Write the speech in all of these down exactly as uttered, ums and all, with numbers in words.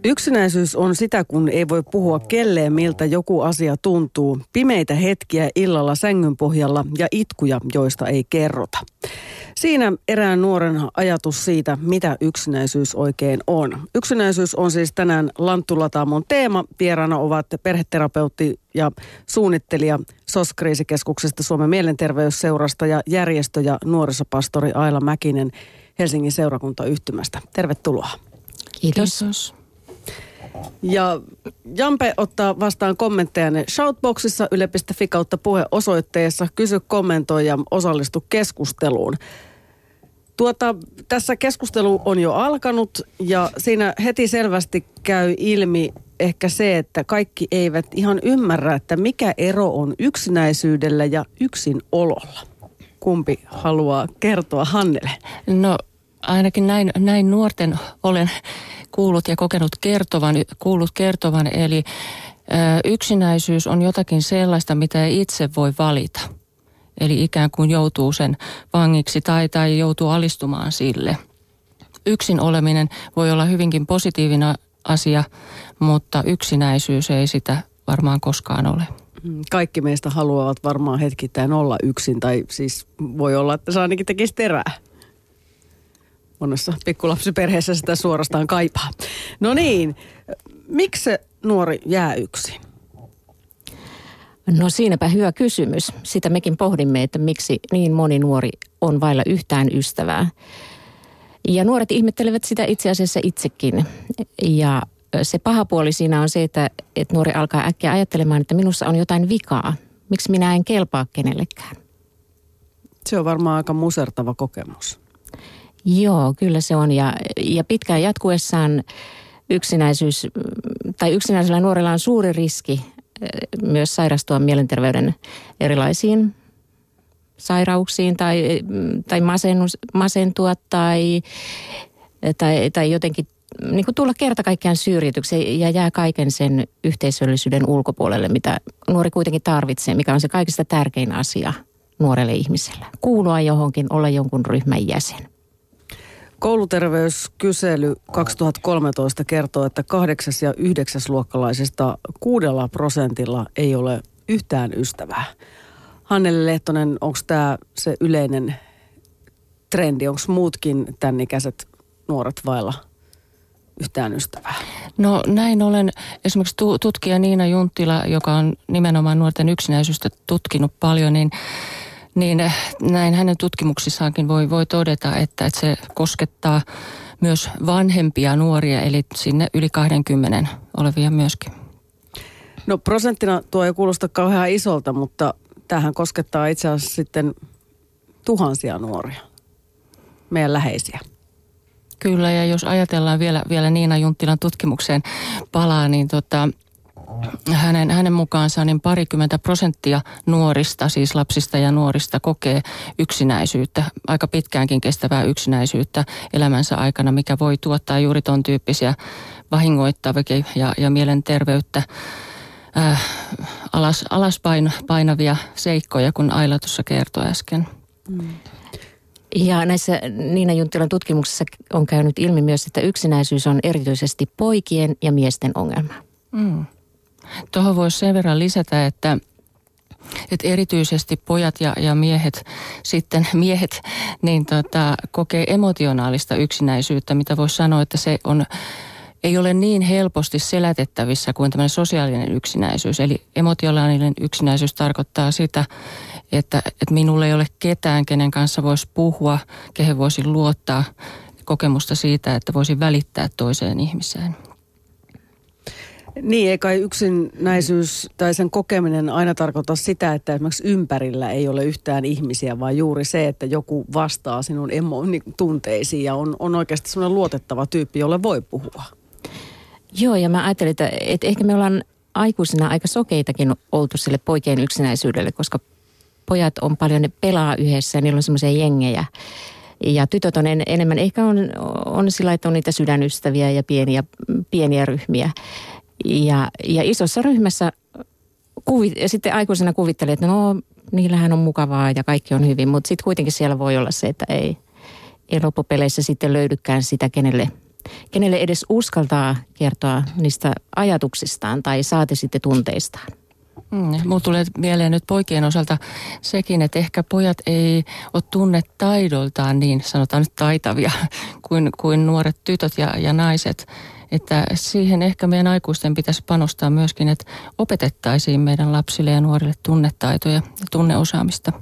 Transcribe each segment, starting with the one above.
Yksinäisyys on sitä, kun ei voi puhua kelleen, miltä joku asia tuntuu. Pimeitä hetkiä illalla sängyn pohjalla ja itkuja, joista ei kerrota. Siinä erään nuoren ajatus siitä, mitä yksinäisyys oikein on. Yksinäisyys on siis tänään Lanttulataamon teema. Vieraana ovat perheterapeutti ja suunnittelija S O S-kriisikeskuksesta, Suomen mielenterveysseurasta ja järjestö- ja nuorisopastori Aila Mäkinen Helsingin seurakuntayhtymästä. Tervetuloa. Kiitos. Kiitos. Ja Jampe ottaa vastaan kommenttejanne Shoutboxissa yle piste fi kautta puhe osoitteessa. Kysy, kommentoi ja osallistu keskusteluun. Tuota, tässä keskustelu on jo alkanut ja siinä heti selvästi käy ilmi ehkä se, että kaikki eivät ihan ymmärrä, että mikä ero on yksinäisyydellä ja yksinololla. Kumpi haluaa kertoa? Hannele? No ainakin näin, näin nuorten olen kuullut ja kokenut kertovan, kuullut kertovan, eli ö, yksinäisyys on jotakin sellaista, mitä ei itse voi valita. Eli ikään kuin joutuu sen vangiksi tai, tai joutuu alistumaan sille. Yksin oleminen voi olla hyvinkin positiivinen asia, mutta yksinäisyys ei sitä varmaan koskaan ole. Kaikki meistä haluavat varmaan hetkittäin olla yksin, tai siis voi olla, että se ainakin tekisi terää. Monessa pikkulapsiperheessä sitä suorastaan kaipaa. No niin, miksi se nuori jää yksin? No siinäpä hyvä kysymys. Sitä mekin pohdimme, että miksi niin moni nuori on vailla yhtään ystävää. Ja nuoret ihmettelevät sitä itse asiassa itsekin. Ja se paha puoli siinä on se, että, että nuori alkaa äkkiä ajattelemaan, että minussa on jotain vikaa. Miksi minä en kelpaa kenellekään? Se on varmaan aika musertava kokemus. Joo, kyllä se on. Ja, ja pitkään jatkuessaan yksinäisyys, tai yksinäisellä nuorella on suuri riski myös sairastua mielenterveyden erilaisiin sairauksiin tai, tai masennus, masentua tai, tai, tai jotenkin niin kuin tulla kerta kaikkiaan syrjityksi ja jää kaiken sen yhteisöllisyyden ulkopuolelle, mitä nuori kuitenkin tarvitsee, mikä on se kaikista tärkein asia nuorelle ihmiselle. Kuulua johonkin, olla jonkun ryhmän jäsen. Kouluterveyskysely kaksituhattakolmetoista kertoo, että kahdeksas- ja yhdeksäsluokkalaisista kuudella prosentilla ei ole yhtään ystävää. Hannele Lehtonen, onko tämä se yleinen trendi? Onko muutkin tämän ikäiset nuoret vailla yhtään ystävää? No näin olen esimerkiksi tutkija Niina Junttila, joka on nimenomaan nuorten yksinäisyystä tutkinut paljon, niin Niin näin hänen tutkimuksissaankin voi, voi todeta, että, että se koskettaa myös vanhempia nuoria, eli sinne yli kaksikymmentä olevia myöskin. No prosenttina tuo ei kuulosta kauhean isolta, mutta tämähän koskettaa itse asiassa sitten tuhansia nuoria, meidän läheisiä. Kyllä, ja jos ajatellaan vielä, vielä Niina Junttilan tutkimukseen palaa, niin tota... Hänen, hänen mukaansa niin parikymmentä prosenttia nuorista, siis lapsista ja nuorista, kokee yksinäisyyttä, aika pitkäänkin kestävää yksinäisyyttä elämänsä aikana, mikä voi tuottaa juuri ton tyyppisiä vahingoittavia ja, ja mielenterveyttä äh, alas, alaspainavia seikkoja, kun Aila tuossa kertoi äsken. Mm. Ja näissä Niina Junttilan tutkimuksissa on käynyt ilmi myös, että yksinäisyys on erityisesti poikien ja miesten ongelma. Mm. Tuohon voisi sen verran lisätä, että, että erityisesti pojat ja, ja miehet, sitten miehet, niin tota, kokee emotionaalista yksinäisyyttä, mitä voisi sanoa, että se on, ei ole niin helposti selätettävissä kuin tämmöinen sosiaalinen yksinäisyys. Eli emotionaalinen yksinäisyys tarkoittaa sitä, että, että minulla ei ole ketään, kenen kanssa voisi puhua, kehen voisin luottaa, kokemusta siitä, että voisin välittää toiseen ihmiseen. Niin, ei kai yksinäisyys tai sen kokeminen aina tarkoita sitä, että esimerkiksi ympärillä ei ole yhtään ihmisiä, vaan juuri se, että joku vastaa sinun emo- niin, tunteisiin ja on, on oikeasti sellainen luotettava tyyppi, jolle voi puhua. Joo, ja mä ajattelin, että, että ehkä me ollaan aikuisina aika sokeitakin oltu sille poikien yksinäisyydelle, koska pojat on paljon, ne pelaa yhdessä ja niillä on semmoisia jengejä. Ja tytöt on en, enemmän, ehkä on, on sillä, että on niitä sydänystäviä ja pieniä, pieniä ryhmiä. Ja, ja isossa ryhmässä kuvi, ja sitten aikuisena kuvittelee, että no niillähän on mukavaa ja kaikki on hyvin, mutta sitten kuitenkin siellä voi olla se, että ei, ei loppupeleissä sitten löydykään sitä, kenelle kenelle edes uskaltaa kertoa niistä ajatuksistaan tai saati sitten tunteistaan. Mm, mulla tulee mieleen nyt poikien osalta sekin, että ehkä pojat ei ole tunnetaidoltaan niin sanotaan nyt taitavia kuin, kuin nuoret tytöt ja, ja naiset. Että siihen ehkä meidän aikuisten pitäisi panostaa myöskin, että opetettaisiin meidän lapsille ja nuorille tunnetaitoja ja tunneosaamista.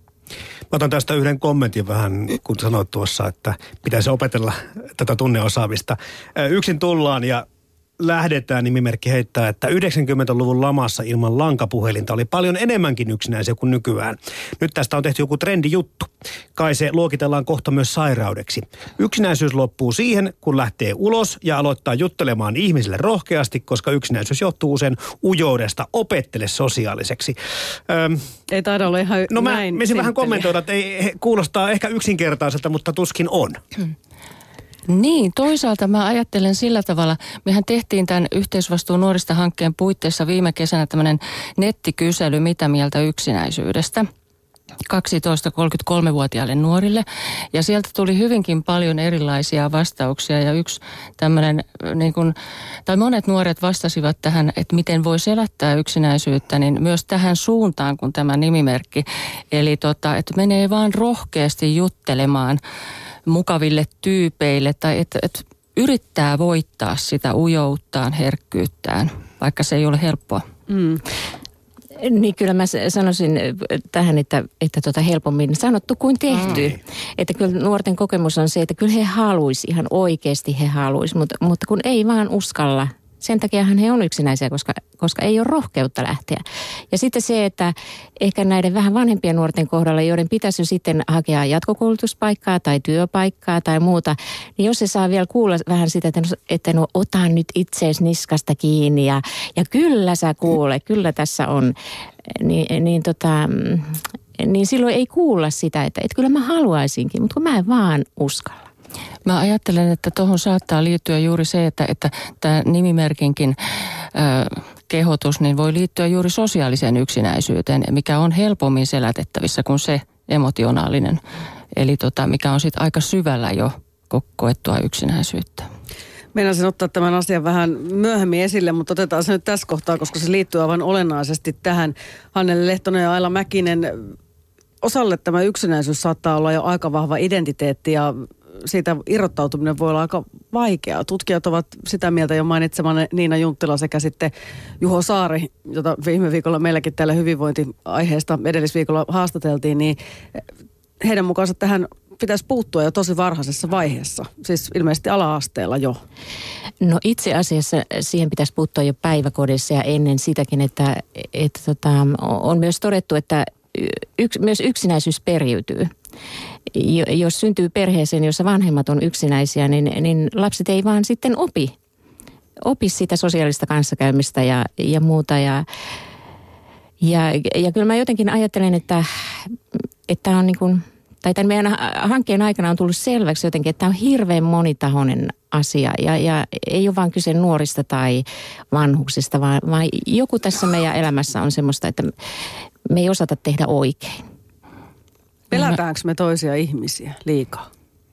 Mä otan tästä yhden kommentin vähän, kun sanoit tuossa, että pitäisi opetella tätä tunneosaamista. Yksin tullaan ja lähdetään, nimimerkki heittää, että yhdeksänkymmentäluvun lamassa ilman lankapuhelinta oli paljon enemmänkin yksinäisiä kuin nykyään. Nyt tästä on tehty joku trendijuttu. Kai se luokitellaan kohta myös sairaudeksi. Yksinäisyys loppuu siihen, kun lähtee ulos ja aloittaa juttelemaan ihmisille rohkeasti, koska yksinäisyys johtuu usein ujoudesta. Opettele sosiaaliseksi. Öm, ei taida olla ihan no mä näin. No mä vähän kommentoida, että ei, kuulostaa ehkä yksinkertaiselta, mutta tuskin on. Hmm. Niin, toisaalta mä ajattelen sillä tavalla, mehän tehtiin tämän yhteisvastuun nuorista hankkeen puitteissa viime kesänä tämmöinen nettikysely, mitä mieltä yksinäisyydestä kaksitoista kolmekymmentäkolme-vuotiaille nuorille. Ja sieltä tuli hyvinkin paljon erilaisia vastauksia ja yksi tämmöinen, niin kuin, tai monet nuoret vastasivat tähän, että miten voi selättää yksinäisyyttä, niin myös tähän suuntaan kuin tämä nimimerkki. Eli tota, että menee vaan rohkeasti juttelemaan mukaville tyypeille tai että et yrittää voittaa sitä ujouttaan, herkkyyttään, vaikka se ei ole helppoa. Mm. Niin kyllä mä sanoisin tähän, että, että tota helpommin sanottu kuin tehty. Mm. Että kyllä nuorten kokemus on se, että kyllä he haluaisi, ihan oikeasti he haluaisi, mutta, mutta kun ei vaan uskalla. Sen takiahan he on yksinäisiä, koska, koska ei ole rohkeutta lähteä. Ja sitten se, että ehkä näiden vähän vanhempien nuorten kohdalla, joiden pitäisi jo sitten hakea jatkokoulutuspaikkaa tai työpaikkaa tai muuta, niin jos se saa vielä kuulla vähän sitä, että no, että no ota nyt itseesi niskasta kiinni ja, ja kyllä sä kuule, kyllä tässä on, niin, niin, tota, niin silloin ei kuulla sitä, että, että kyllä mä haluaisinkin, mutta kun mä en vaan uskalla. Mä ajattelen, että tuohon saattaa liittyä juuri se, että, että tämä nimimerkinkin ö, kehotus niin voi liittyä juuri sosiaaliseen yksinäisyyteen, mikä on helpommin selätettävissä kuin se emotionaalinen. Eli tota, mikä on sitten aika syvällä jo koettua yksinäisyyttä. Meinasin ottaa tämän asian vähän myöhemmin esille, mutta otetaan se nyt tässä kohtaa, koska se liittyy aivan olennaisesti tähän. Hannele Lehtonen ja Aila Mäkinen, osalle tämä yksinäisyys saattaa olla jo aika vahva identiteetti ja siitä irrottautuminen voi olla aika vaikeaa. Tutkijat ovat sitä mieltä jo mainitsemanne Niina Junttila sekä sitten Juho Saari, jota viime viikolla meilläkin täällä hyvinvointiaiheesta edellisviikolla haastateltiin, niin heidän mukaansa tähän pitäisi puuttua jo tosi varhaisessa vaiheessa, siis ilmeisesti ala-asteella jo. No itse asiassa siihen pitäisi puuttua jo päiväkodissa ja ennen sitäkin, että, että tota, on myös todettu, että yks, myös yksinäisyys periytyy. Jos syntyy perheeseen, jossa vanhemmat on yksinäisiä, niin, niin lapset ei vaan sitten opi, opi sitä sosiaalista kanssakäymistä ja, ja muuta. Ja, ja, ja kyllä mä jotenkin ajattelen, että, että on niin kuin, tai tämän meidän hankkeen aikana on tullut selväksi jotenkin, että tämä on hirveän monitahoinen asia. Ja, ja ei ole vaan kyse nuorista tai vanhuksista, vaan, vaan joku tässä meidän elämässä on semmoista, että me ei osata tehdä oikein. Pelätäänkö me toisia ihmisiä liikaa?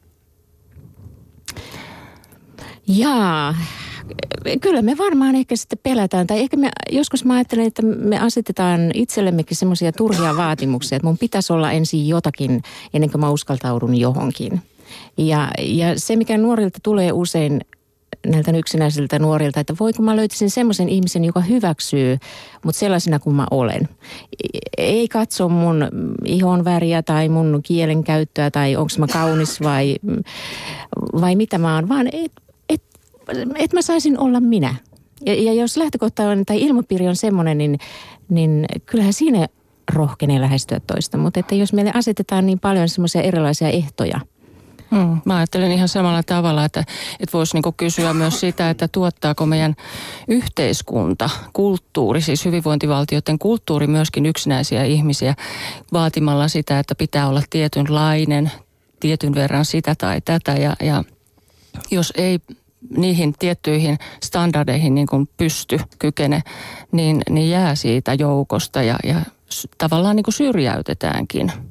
Jaa, kyllä me varmaan ehkä sitten pelätään. Tai ehkä me, joskus mä ajattelen, että me asetetaan itsellemmekin semmoisia turhia vaatimuksia, että mun pitäisi olla ensin jotakin ennen kuin mä uskaltaudun johonkin. Ja, ja se, mikä nuorilta tulee usein näiltä yksinäisiltä nuorilta, että voiko mä löytäisin semmoisen ihmisen, joka hyväksyy mut sellaisena kuin mä olen. Ei katso mun ihon väriä tai mun kielen käyttöä tai onko mä kaunis vai, vai mitä mä oon, vaan että et, et mä saisin olla minä. Ja, ja jos lähtökohta on tai ilmapiiri on semmoinen, niin, niin kyllähän siinä rohkenee lähestyä toista. Mutta että jos meille asetetaan niin paljon semmoisia erilaisia ehtoja, Hmm, mä ajattelen ihan samalla tavalla, että, että voisi niinku kysyä myös sitä, että tuottaako meidän yhteiskunta, kulttuuri, siis hyvinvointivaltioiden kulttuuri myöskin yksinäisiä ihmisiä vaatimalla sitä, että pitää olla tietynlainen, tietyn verran sitä tai tätä ja, ja jos ei niihin tiettyihin standardeihin niin kuin pysty, kykene, niin, niin jää siitä joukosta ja, ja tavallaan niin kuin syrjäytetäänkin.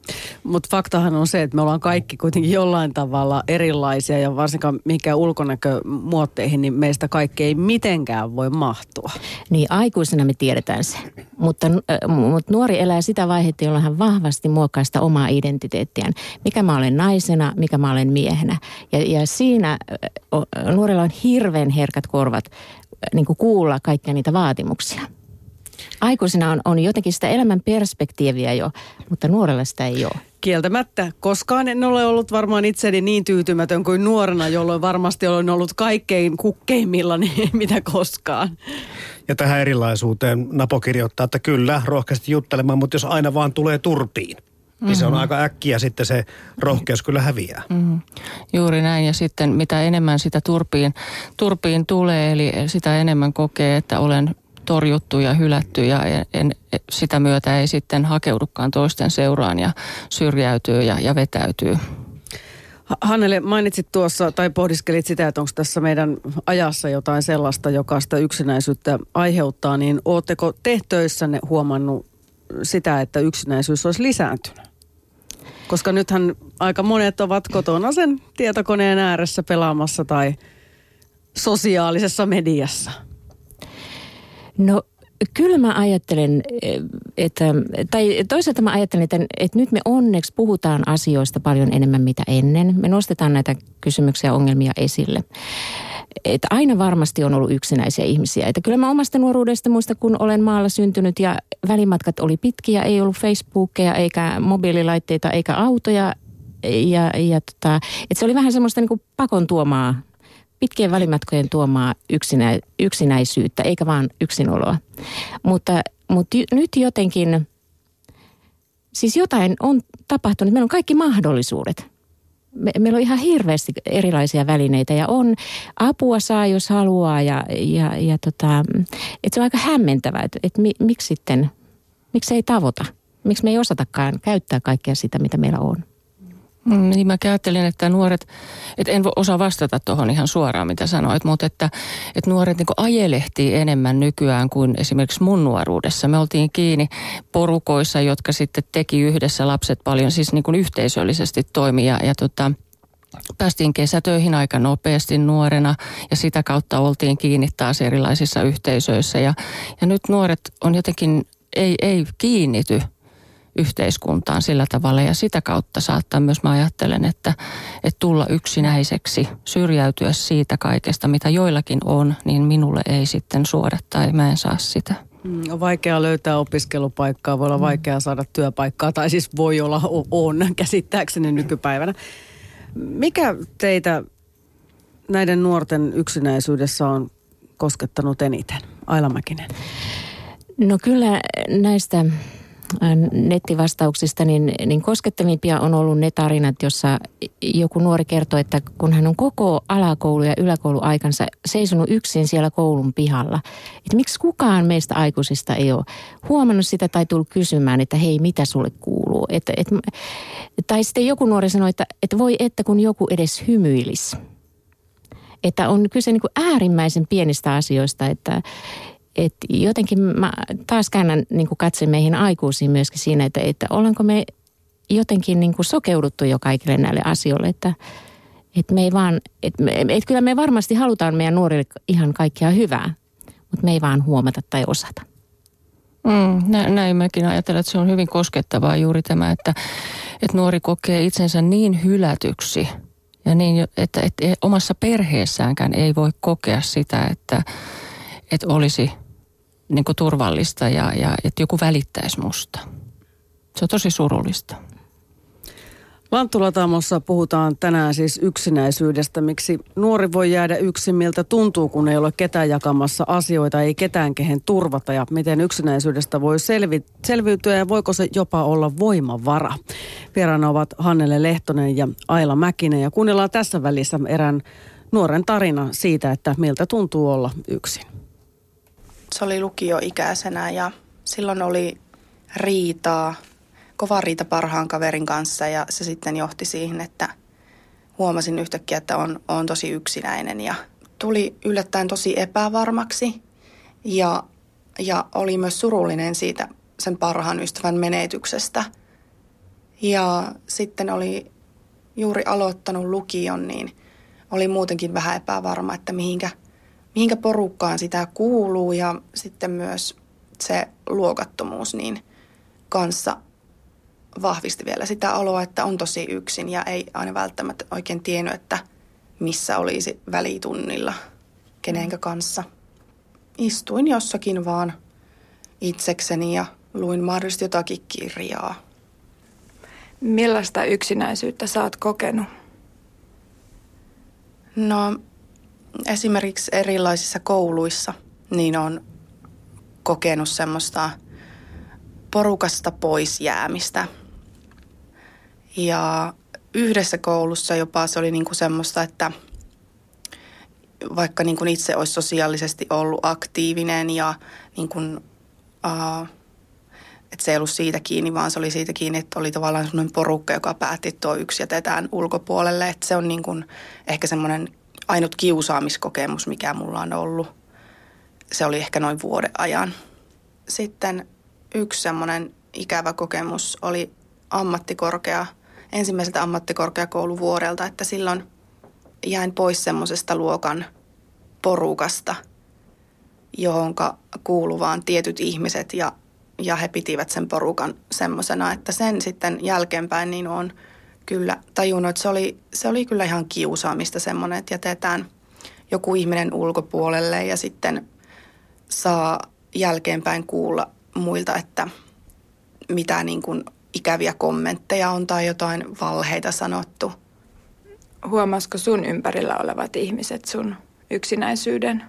Mutta faktahan on se, että me ollaan kaikki kuitenkin jollain tavalla erilaisia ja varsinkaan mikä ulkonäkömuotteihin, niin meistä kaikki ei mitenkään voi mahtua. Niin aikuisena me tiedetään se, mutta, äh, mutta nuori elää sitä vaihetta, jolloin hän vahvasti muokkaa sitä omaa identiteettiään. Mikä mä olen naisena, mikä mä olen miehenä. Ja, ja siinä äh, nuorella on hirveän herkät korvat äh, niin kuin kuulla kaikkia niitä vaatimuksia. Aikuisena on, on jotenkin sitä elämän perspektiiviä jo, mutta nuorella sitä ei ole. Kieltämättä. Koskaan en ole ollut varmaan itseni niin tyytymätön kuin nuorena, jolloin varmasti olen ollut kaikkein kukkeimmillani mitä koskaan. Ja tähän erilaisuuteen Napo kirjoittaa, että kyllä, rohkeasti juttelemaan, mutta jos aina vaan tulee turpiin, mm-hmm. niin se on aika äkkiä sitten se rohkeus kyllä häviää. Mm-hmm. Juuri näin, ja sitten mitä enemmän sitä turpiin, turpiin tulee, eli sitä enemmän kokee, että olen torjuttu ja hylätty ja en, sitä myötä ei sitten hakeudukaan toisten seuraan ja syrjäytyy ja, ja vetäytyy. Hannele, mainitsit tuossa tai pohdiskelit sitä, että onko tässä meidän ajassa jotain sellaista, joka sitä yksinäisyyttä aiheuttaa, niin ootteko te töissänne huomannut sitä, että yksinäisyys olisi lisääntynyt? Koska nythän aika monet ovat kotona sen tietokoneen ääressä pelaamassa tai sosiaalisessa mediassa. No kyllä mä ajattelen, että, tai toisaalta mä ajattelen, että, että nyt me onneksi puhutaan asioista paljon enemmän mitä ennen. Me nostetaan näitä kysymyksiä ja ongelmia esille. Että aina varmasti on ollut yksinäisiä ihmisiä. Että kyllä mä omasta nuoruudesta muista, kun olen maalla syntynyt ja välimatkat oli pitkiä, ei ollut Facebookia eikä mobiililaitteita eikä autoja. Ja, ja tota, että se oli vähän semmoista niin kuin pakon tuomaa. Pitkien välimatkojen tuomaa yksinä, yksinäisyyttä, eikä vaan yksinoloa. Mutta, mutta nyt jotenkin, siis jotain on tapahtunut. Meillä on kaikki mahdollisuudet. Me, meillä on ihan hirveästi erilaisia välineitä ja on apua saa, jos haluaa. Ja, ja, ja tota, että se on aika hämmentävää, että, että mi, miksi sitten, miksi ei tavoita? Miksi me ei osatakaan käyttää kaikkea sitä, mitä meillä on? Mm, niin mä ajattelin, että nuoret, että en osaa vastata tuohon ihan suoraan, mitä sanoit, mutta että, että nuoret niin kuin ajelehtii enemmän nykyään kuin esimerkiksi mun nuoruudessa. Me oltiin kiinni porukoissa, jotka sitten teki yhdessä lapset paljon, siis niin kuin yhteisöllisesti toimi ja, ja tota, päästiin kesätöihin aika nopeasti nuorena ja sitä kautta oltiin kiinni taas erilaisissa yhteisöissä ja, ja nyt nuoret on jotenkin, ei, ei kiinnity yhteiskuntaan sillä tavalla ja sitä kautta saattaa myös, mä ajattelen, että, että tulla yksinäiseksi, syrjäytyä siitä kaikesta, mitä joillakin on, niin minulle ei sitten suoda tai mä en saa sitä. On vaikea löytää opiskelupaikkaa, voi olla vaikea saada työpaikkaa tai siis voi olla on käsittääkseni nykypäivänä. Mikä teitä näiden nuorten yksinäisyydessä on koskettanut eniten? Aila Mäkinen. No kyllä näistä nettivastauksista, niin, niin koskettavimpia on ollut ne tarinat, jossa joku nuori kertoo, että kun hän on koko alakoulu- ja yläkouluaikansa seisonut yksin siellä koulun pihalla, että miksi kukaan meistä aikuisista ei ole huomannut sitä tai tullut kysymään, että hei, mitä sulle kuuluu. Että, et, tai sitten joku nuori sanoi, että, että voi että kun joku edes hymyilisi. Että on kyse niin kuin äärimmäisen pienistä asioista, että että jotenkin mä taas käännän niin kuin katse meihin aikuisiin myöskin siinä, että, että ollaanko me jotenkin niin kuin sokeuduttu jo kaikille näille asioille, että, että me ei vaan, että, että kyllä me varmasti halutaan meidän nuorille ihan kaikkea hyvää, mutta me ei vaan huomata tai osata. Mm, nä, näin mäkin ajattelen, että se on hyvin koskettavaa juuri tämä, että, että nuori kokee itsensä niin hylätyksi ja niin, että, että omassa perheessäänkään ei voi kokea sitä, että, että olisi niin kuin turvallista ja, ja että joku välittäisi musta. Se on tosi surullista. Lanttula-Taamossa puhutaan tänään siis yksinäisyydestä. Miksi nuori voi jäädä yksin, miltä tuntuu, kun ei ole ketään jakamassa asioita, ei ketään kehen turvata ja miten yksinäisyydestä voi selvi- selviytyä ja voiko se jopa olla voimavara. Vieraana ovat Hannele Lehtonen ja Aila Mäkinen ja kuunnellaan tässä välissä erään nuoren tarina siitä, että miltä tuntuu olla yksin. Se oli lukioikäisenä ja silloin oli riitaa, kova riita parhaan kaverin kanssa ja se sitten johti siihen, että huomasin yhtäkkiä, että on, on tosi yksinäinen ja tuli yllättäen tosi epävarmaksi ja, ja oli myös surullinen siitä sen parhaan ystävän menetyksestä. Ja sitten oli juuri aloittanut lukion, niin oli muutenkin vähän epävarma, että mihinkä, mihinkä porukkaan sitä kuuluu. Ja sitten myös se luokattomuus niin kanssa vahvisti vielä sitä oloa, että on tosi yksin ja ei aina välttämättä oikein tiennyt, että missä olisi välitunnilla, kenenkä kanssa. Istuin jossakin vaan itsekseni ja luin mahdollisesti jotakin kirjaa. Millaista yksinäisyyttä sä oot kokenut? No esimerkiksi erilaisissa kouluissa niin on kokenut semmoista porukasta pois jäämistä. Ja yhdessä koulussa jopa se oli niinku semmoista, että vaikka niinku itse olisi sosiaalisesti ollut aktiivinen ja niinku, uh, että se ei ollut siitä kiinni, vaan se oli siitä kiinni, että oli tavallaan semmoinen porukka, joka päätti, että tuo yksi jätetään ulkopuolelle. Että se on niinku ehkä semmoinen ainut kiusaamiskokemus, mikä mulla on ollut. Se oli ehkä noin vuoden ajan. Sitten yksi semmoinen ikävä kokemus oli ammattikorkea, ensimmäiseltä ammattikorkeakouluvuodelta, että silloin jäin pois semmoisesta luokan porukasta, johonka kuului vaan tietyt ihmiset ja, ja he pitivät sen porukan semmoisena, että sen sitten jälkeenpäin niin on kyllä tajunnut, että se oli, se oli kyllä ihan kiusaamista semmoinen, että jätetään joku ihminen ulkopuolelle ja sitten saa jälkeenpäin kuulla muilta, että mitä niin kuin ikäviä kommentteja on tai jotain valheita sanottu. Huomasiko sun ympärillä olevat ihmiset sun yksinäisyyden?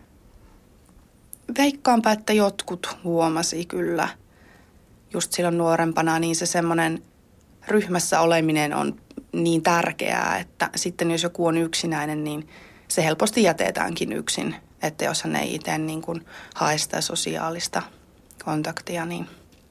Veikkaanpä, että jotkut huomasi kyllä. Just silloin nuorempana, niin se semmoinen ryhmässä oleminen on niin tärkeää, että sitten jos joku on yksinäinen, niin se helposti jätetäänkin yksin. Että jos hän ei itse niin kuin hae sitä sosiaalista kontaktia, niin...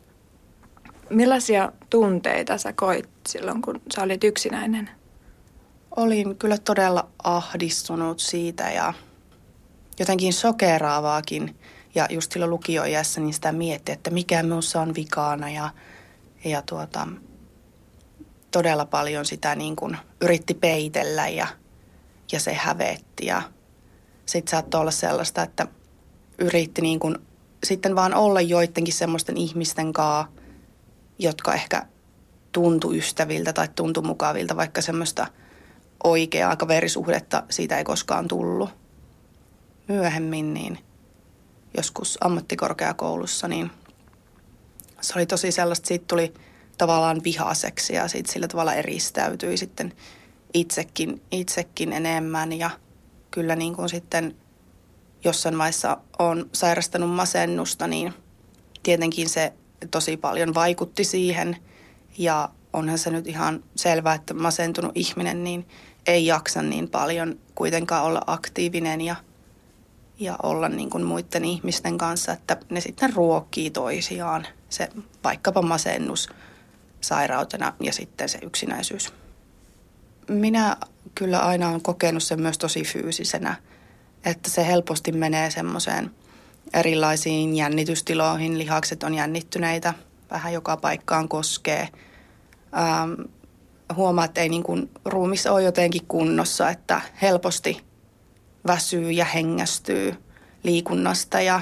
Millaisia tunteita sä koit silloin, kun sä olit yksinäinen? Olin kyllä todella ahdistunut siitä ja jotenkin sokeraavaakin. Ja just silloin lukioiässä niin sitä mietti, että mikä minussa on vikaana. Ja, ja tuota, todella paljon sitä niin kuin yritti peitellä ja, ja se hävetti. Ja sitten saattoi olla sellaista, että yritti niin kuin sitten vaan olla joidenkin semmoisten ihmisten kanssa, jotka ehkä tuntui ystäviltä tai tuntui mukavilta, vaikka semmoista oikeaa kaverisuhdetta siitä ei koskaan tullut. Myöhemmin niin joskus ammattikorkeakoulussa, niin se oli tosi sellaista, siitä tuli tavallaan vihaiseksi ja siitä sillä tavalla eristäytyi sitten itsekin, itsekin enemmän. Ja kyllä niin kuin sitten jossain vaiheessa on sairastanut masennusta, niin tietenkin se tosi paljon vaikutti siihen ja onhan se nyt ihan selvää, että masentunut ihminen niin ei jaksa niin paljon kuitenkaan olla aktiivinen ja, ja olla niin kuin muiden ihmisten kanssa, että ne sitten ruokkii toisiaan, se vaikkapa masennus sairautena ja sitten se yksinäisyys. Minä kyllä aina olen kokenut sen myös tosi fyysisenä, että se helposti menee semmoiseen erilaisiin jännitystiloihin, lihakset on jännittyneitä, vähän joka paikkaan koskee. Ähm, huomaa, että ei niin kuin ruumis ole jotenkin kunnossa, että helposti väsyy ja hengästyy liikunnasta ja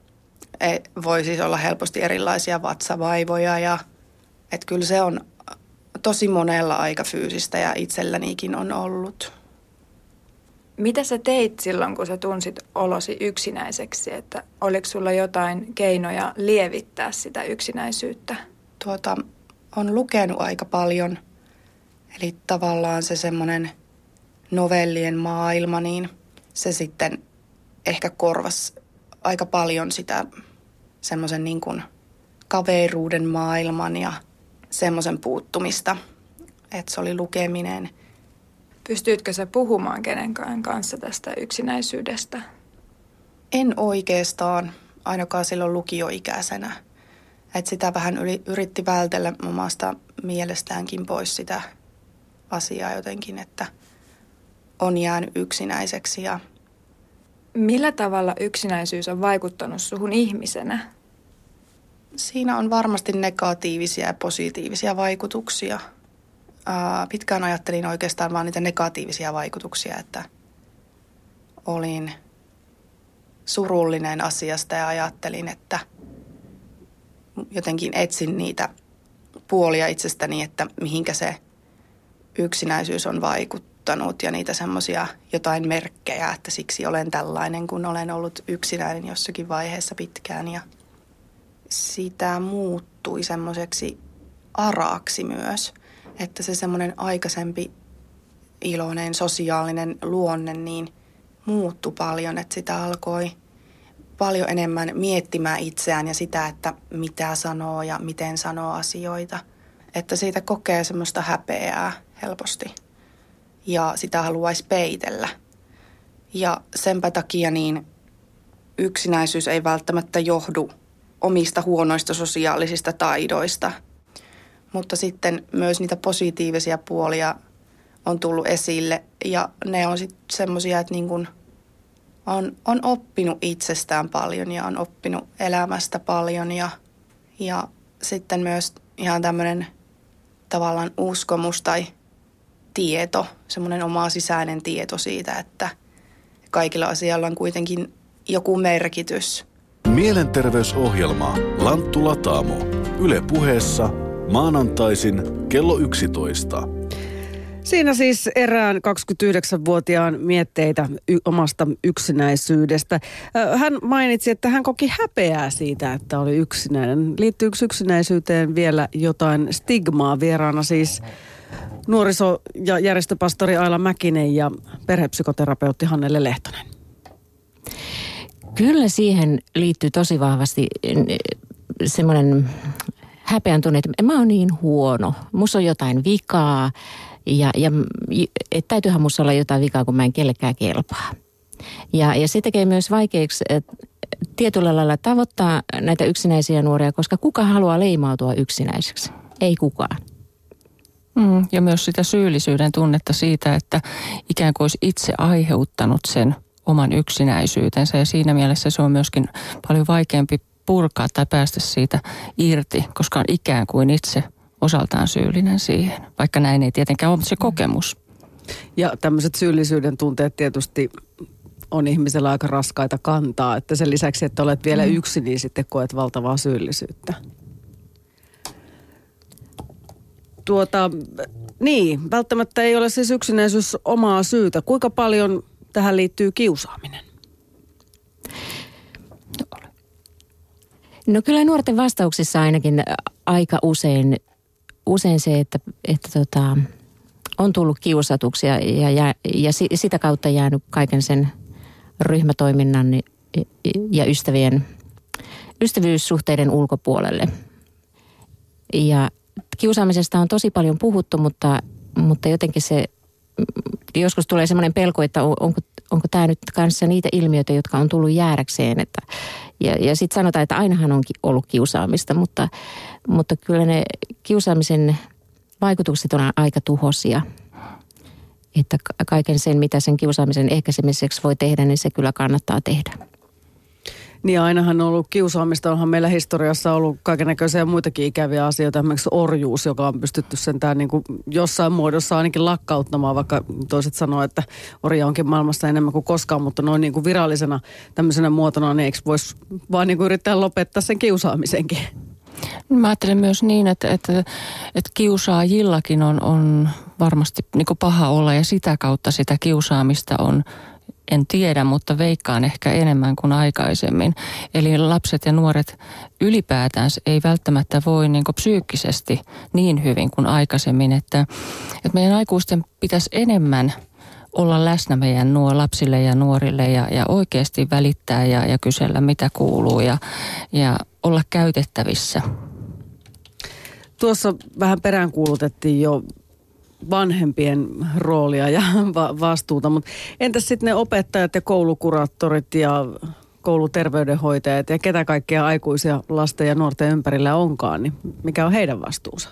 voi siis olla helposti erilaisia vatsavaivoja. Ja, että kyllä se on tosi monella aika fyysistä ja itsellänikin on ollut. Mitä sä teit silloin, kun sä tunsit olosi yksinäiseksi? Että oliko sulla jotain keinoja lievittää sitä yksinäisyyttä? Tuota, on lukenut aika paljon. Eli tavallaan se semmoinen novellien maailma, niin se sitten ehkä korvasi aika paljon sitä semmoisen niin kuin kaveruuden maailman ja semmoisen puuttumista, että se oli lukeminen. Pystyitkö sä puhumaan kenenkään kanssa tästä yksinäisyydestä? En oikeastaan, ainakaan silloin lukioikäisenä. Että sitä vähän yli, yritti vältellä omasta mielestäänkin pois sitä asiaa jotenkin, että on jäänyt yksinäiseksi. Ja... Millä tavalla yksinäisyys on vaikuttanut suhun ihmisenä? Siinä on varmasti negatiivisia ja positiivisia vaikutuksia. ää, pitkään ajattelin oikeastaan vaan niitä negatiivisia vaikutuksia, että olin surullinen asiasta ja ajattelin, että jotenkin etsin niitä puolia itsestäni, että mihinkä se yksinäisyys on vaikuttanut ja niitä semmoisia jotain merkkejä, että siksi olen tällainen, kun olen ollut yksinäinen jossakin vaiheessa pitkään ja sitä muuttui semmoiseksi araaksi myös, että se semmoinen aikaisempi iloinen sosiaalinen luonne niin muuttui paljon, että sitä alkoi paljon enemmän miettimään itseään ja sitä, että mitä sanoo ja miten sanoo asioita. Että siitä kokee semmoista häpeää helposti ja sitä haluaisi peitellä. Ja senpä takia niin yksinäisyys ei välttämättä johdu omista huonoista sosiaalisista taidoista, mutta sitten myös niitä positiivisia puolia on tullut esille ja ne on sitten semmoisia, että niin kun on, on oppinut itsestään paljon ja on oppinut elämästä paljon ja, ja sitten myös ihan tämmöinen tavallaan uskomus tai tieto, semmoinen oma sisäinen tieto siitä, että kaikilla asialla on kuitenkin joku merkitys. Mielenterveysohjelma Lanttu Lataamo. Yle Puheessa maanantaisin kello yksitoista. Siinä siis erään kaksikymmentäyhdeksänvuotiaan mietteitä y- omasta yksinäisyydestä. Hän mainitsi, että hän koki häpeää siitä, että oli yksinäinen. Liittyykö yksinäisyyteen vielä jotain stigmaa? Vieraana siis nuoriso- ja järjestöpastori Aila Mäkinen ja perhepsykoterapeutti Hannele Lehtonen. Kyllä siihen liittyy tosi vahvasti semmoinen häpeän tunne, että mä oon niin huono, musta on jotain vikaa ja, ja että täytyyhän musta olla jotain vikaa, kun mä en kellekään kelpaa. Ja, ja se tekee myös vaikeaksi tietyllä lailla tavoittaa näitä yksinäisiä nuoria, koska kuka haluaa leimautua yksinäiseksi? Ei kukaan. Mm, ja myös sitä syyllisyyden tunnetta siitä, että ikään kuin olisi itse aiheuttanut sen oman yksinäisyytensä ja siinä mielessä se on myöskin paljon vaikeampi purkaa tai päästä siitä irti, koska on ikään kuin itse osaltaan syyllinen siihen, vaikka näin ei tietenkään ole se kokemus. Ja tämmöiset syyllisyyden tunteet tietysti on ihmisellä aika raskaita kantaa, että sen lisäksi, että olet vielä mm. yksin, niin sitten koet valtavaa syyllisyyttä. Tuota, niin, välttämättä ei ole siis yksinäisyys omaa syytä. Kuinka paljon tähän liittyy kiusaaminen? No kyllä nuorten vastauksissa ainakin aika usein, usein se, että, että tota, on tullut kiusatuksia ja, ja, ja sitä kautta jäänyt kaiken sen ryhmätoiminnan ja ystävien, ystävyyssuhteiden ulkopuolelle. Ja kiusaamisesta on tosi paljon puhuttu, mutta, mutta jotenkin se joskus tulee semmoinen pelko, että onko, onko tämä nyt kanssa niitä ilmiöitä, jotka on tullut jäädäkseen. Että, ja ja sitten sanotaan, että ainahan on ollut kiusaamista, mutta, mutta kyllä ne kiusaamisen vaikutukset on aika tuhoisia. Että kaiken sen, mitä sen kiusaamisen ehkäisemiseksi voi tehdä, niin se kyllä kannattaa tehdä. Niin ainahan on ollut kiusaamista, onhan meillä historiassa ollut kaikennäköisiä muitakin ikäviä asioita, esimerkiksi orjuus, joka on pystytty sentään niin kuin jossain muodossa ainakin lakkauttamaan, vaikka toiset sanoo, että orja onkin maailmassa enemmän kuin koskaan, mutta noin niin kuin virallisena tämmöisenä muotona, niin eikö voisi vaan niin kuin yrittää lopettaa sen kiusaamisenkin? Mä ajattelen myös niin, että, että, että kiusaajillakin on, on varmasti niin kuin paha olla ja sitä kautta sitä kiusaamista on, en tiedä, mutta veikkaan ehkä enemmän kuin aikaisemmin. Eli lapset ja nuoret ylipäätään ei välttämättä voi niin kuin psyykkisesti niin hyvin kuin aikaisemmin, että, että meidän aikuisten pitäisi enemmän olla läsnä meidän nuo lapsille ja nuorille ja, ja oikeasti välittää ja, ja kysellä mitä kuuluu ja, ja olla käytettävissä. Tuossa vähän peräänkuulutettiin jo vanhempien roolia ja va- vastuuta, mutta entäs sitten ne opettajat ja koulukuraattorit ja kouluterveydenhoitajat ja ketä kaikkia aikuisia lasten ja nuorten ympärillä onkaan, niin mikä on heidän vastuunsa?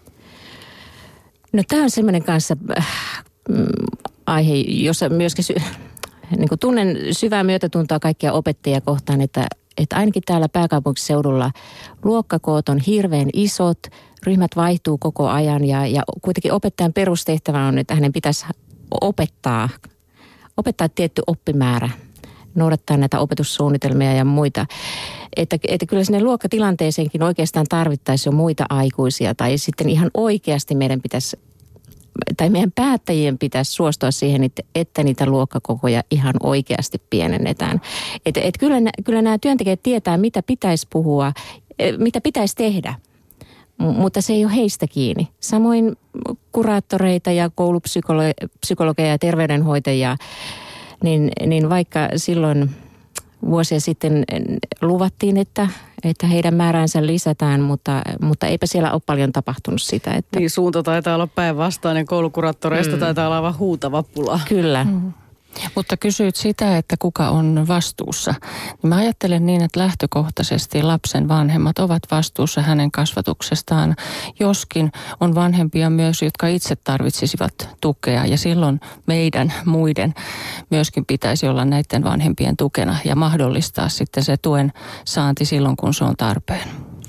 No tämä on semmoinen kanssa äh, aihe, jossa myöskin sy- niin kuin tunnen syvää myötätuntoa kaikkia opettajia kohtaan, että, että ainakin täällä pääkaupunkiseudulla luokkakoot on hirveän isot, ryhmät vaihtuu koko ajan ja, ja kuitenkin opettajan perustehtävä on, että hänen pitäisi opettaa, opettaa tietty oppimäärä, noudattaa näitä opetussuunnitelmia ja muita. Että, että kyllä sinne luokkatilanteeseenkin oikeastaan tarvittaisiin jo muita aikuisia tai sitten ihan oikeasti meidän pitäisi, tai meidän päättäjien pitäisi suostua siihen, että, että niitä luokkakokoja ihan oikeasti pienennetään. Että et kyllä, kyllä nämä työntekijät tietää, mitä pitäisi puhua, mitä pitäisi tehdä, mutta se ei ole heistä kiinni. Samoin kuraattoreita ja koulupsykologeja ja terveydenhoitajia, niin, niin vaikka silloin vuosia sitten luvattiin, että, että heidän määräänsä lisätään, mutta, mutta eipä siellä ole paljon tapahtunut sitä. Että... Niin, suunta taitaa olla päinvastainen, koulukuraattoreista mm. taitaa olla aivan huutava pula. Kyllä. Mm. Mutta kysyit sitä, että kuka on vastuussa. Mä ajattelen niin, että lähtökohtaisesti lapsen vanhemmat ovat vastuussa hänen kasvatuksestaan, joskin on vanhempia myös, jotka itse tarvitsisivat tukea. Ja silloin meidän muiden myöskin pitäisi olla näiden vanhempien tukena ja mahdollistaa sitten se tuen saanti silloin, kun se on tarpeen.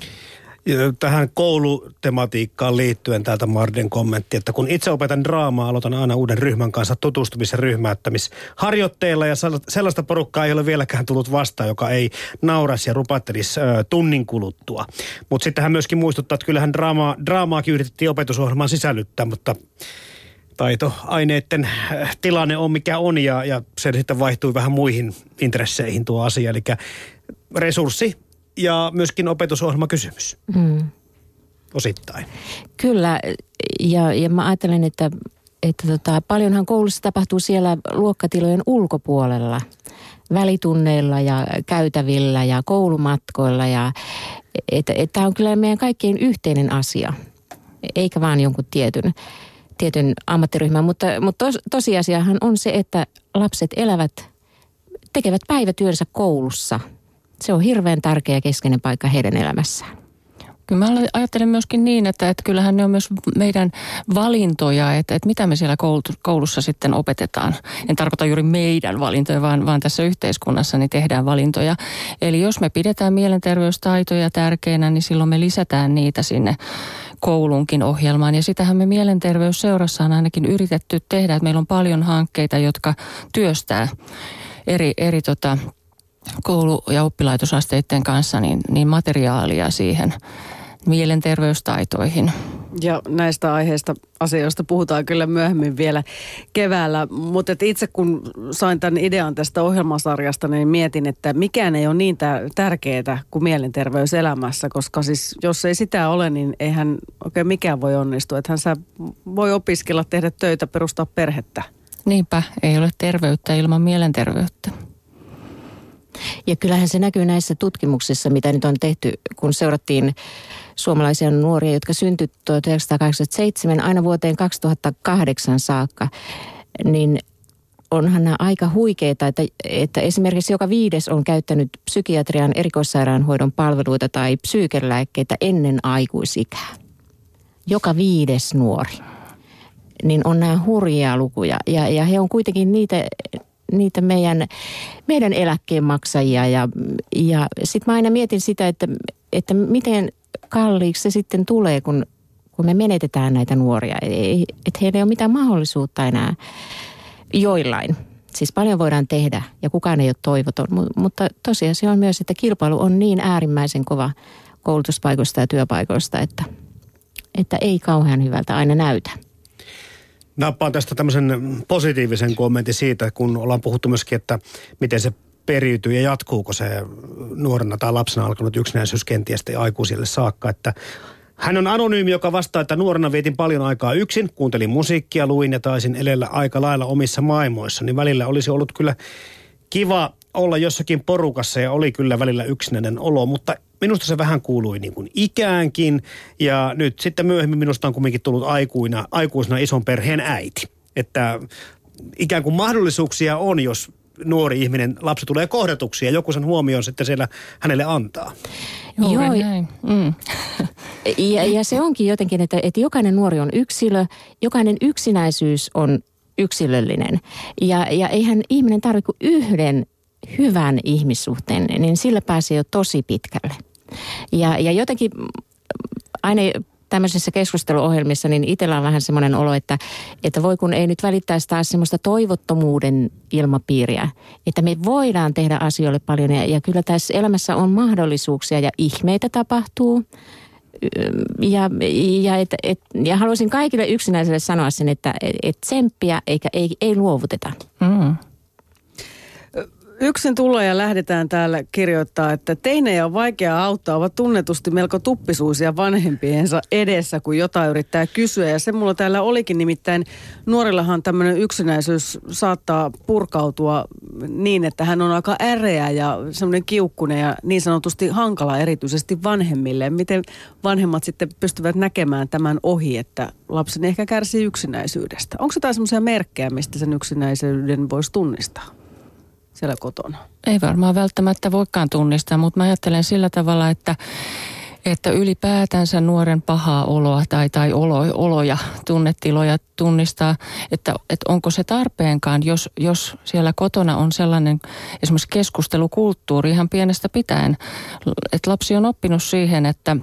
Tähän koulutematiikkaan liittyen täältä Marden kommentti, että kun itse opetan draamaa, aloitan aina uuden ryhmän kanssa tutustumis- ja ryhmäyttämisharjoitteilla ja sellaista porukkaa ei ole vieläkään tullut vastaan, joka ei nauraisi ja rupattelisi ö, tunnin kuluttua. Mutta sitten hän myöskin muistuttaa, että kyllähän draamaa, draamaakin yritettiin opetusohjelmaan sisällyttää, mutta taitoaineiden tilanne on mikä on ja, ja se sitten vaihtui vähän muihin intresseihin tuo asia, eli resurssi ja myöskin opetusohjelmakysymys. Mm. Osittain. Kyllä, ja, ja mä ajattelen, että, että tota, paljonhan koulussa tapahtuu siellä luokkatilojen ulkopuolella, välitunneilla ja käytävillä ja koulumatkoilla. Ja, että, että tämä on kyllä meidän kaikkien yhteinen asia, eikä vaan jonkun tietyn, tietyn ammattiryhmän. Mutta, mutta tos, tosiasiahan on se, että lapset elävät, tekevät päivätyönsä koulussa. Se on hirveän tärkeä keskeinen paikka heidän elämässään. Kyllä mä ajattelen myöskin niin, että, että kyllähän ne on myös meidän valintoja, että, että mitä me siellä koulussa sitten opetetaan. En tarkoita juuri meidän valintoja, vaan, vaan tässä yhteiskunnassa niin tehdään valintoja. Eli jos me pidetään mielenterveystaitoja tärkeänä, niin silloin me lisätään niitä sinne koulunkin ohjelmaan. Ja sitähän me Mielenterveysseurassa on ainakin yritetty tehdä, että meillä on paljon hankkeita, jotka työstää eri, eri tota, koulu- ja oppilaitosasteiden kanssa niin, niin materiaalia siihen mielenterveystaitoihin. Ja näistä aiheista, asioista puhutaan kyllä myöhemmin vielä keväällä, mutta itse kun sain tämän idean tästä ohjelmasarjasta, niin mietin, että mikään ei ole niin tärkeää kuin mielenterveys elämässä, koska siis jos ei sitä ole, niin eihän oikein mikään voi onnistua. Ethän sä voi opiskella, tehdä töitä, perustaa perhettä. Niinpä, ei ole terveyttä ilman mielenterveyttä. Ja kyllähän se näkyy näissä tutkimuksissa, mitä nyt on tehty, kun seurattiin suomalaisia nuoria, jotka syntyivät tuhatyhdeksänsataakahdeksankymmentäseitsemän aina vuoteen kaksituhattakahdeksan saakka, niin onhan nämä aika huikeita, että, että esimerkiksi joka viides on käyttänyt psykiatrian erikoissairaanhoidon palveluita tai psyykelääkkeitä ennen aikuisikää. Joka viides nuori. Niin on nämä hurjia lukuja ja, ja he on kuitenkin niitä... niitä meidän, meidän eläkkeenmaksajia ja, ja sitten mä aina mietin sitä, että, että miten kalliiksi se sitten tulee, kun, kun me menetetään näitä nuoria. Että heillä ei ole mitään mahdollisuutta enää joillain. Siis paljon voidaan tehdä ja kukaan ei ole toivoton, mutta tosiasia on myös, että kilpailu on niin äärimmäisen kova koulutuspaikoista ja työpaikoista, että, että ei kauhean hyvältä aina näytä. Nappaan tästä tämmöisen positiivisen kommentin siitä, kun ollaan puhuttu myöskin, että miten se periytyy ja jatkuuko se nuorena tai lapsena alkanut yksinäisyys kenties aikuisille saakka. Että hän on anonyymi, joka vastaa, että nuorena vietin paljon aikaa yksin, kuuntelin musiikkia, luin ja taisin elellä aika lailla omissa maailmoissa. Niin välillä olisi ollut kyllä kiva olla jossakin porukassa ja oli kyllä välillä yksinäinen olo, mutta minusta se vähän kuului niin kuin ikäänkin ja nyt sitten myöhemmin minusta on kumminkin tullut aikuina, aikuisena ison perheen äiti. Että ikään kuin mahdollisuuksia on, jos nuori ihminen, lapsi tulee kohdatuksi ja joku sen huomioon sitten siellä hänelle antaa. Joo, näin. Mm. ja, ja se onkin jotenkin, että, että jokainen nuori on yksilö, jokainen yksinäisyys on yksilöllinen ja, ja eihän ihminen tarvitse kuin yhden hyvän ihmissuhteen, niin sillä pääsee jo tosi pitkälle. Ja, ja jotenkin aina tämmöisissä keskusteluohjelmissa, niin itsellä on vähän semmoinen olo, että, että voi kun ei nyt välittäisi taas semmoista toivottomuuden ilmapiiriä, että me voidaan tehdä asioille paljon ja, ja kyllä tässä elämässä on mahdollisuuksia ja ihmeitä tapahtuu. Ja, ja, et, et, ja haluaisin kaikille yksinäisille sanoa sen, että et tsemppiä eikä ei, ei luovuteta. Mm. Yksin tulla ja lähdetään täällä kirjoittaa, että teinejä on vaikea auttaa, ovat tunnetusti melko tuppisuisia vanhempiensa edessä, kun jotain yrittää kysyä. Ja se mulla täällä olikin, nimittäin nuorillahan tämmöinen yksinäisyys saattaa purkautua niin, että hän on aika äreä ja semmoinen kiukkunen ja niin sanotusti hankala erityisesti vanhemmille. Miten vanhemmat sitten pystyvät näkemään tämän ohi, että lapseni ehkä kärsii yksinäisyydestä? Onko jotain semmoisia merkkejä, mistä sen yksinäisyyden voisi tunnistaa siellä kotona? Ei varmaan välttämättä voikaan tunnistaa, mutta mä ajattelen sillä tavalla, että, että ylipäätänsä nuoren pahaa oloa tai, tai olo, oloja, tunnetiloja tunnistaa, että, että onko se tarpeenkaan, jos, jos siellä kotona on sellainen esimerkiksi keskustelukulttuuri ihan pienestä pitäen, että lapsi on oppinut siihen, että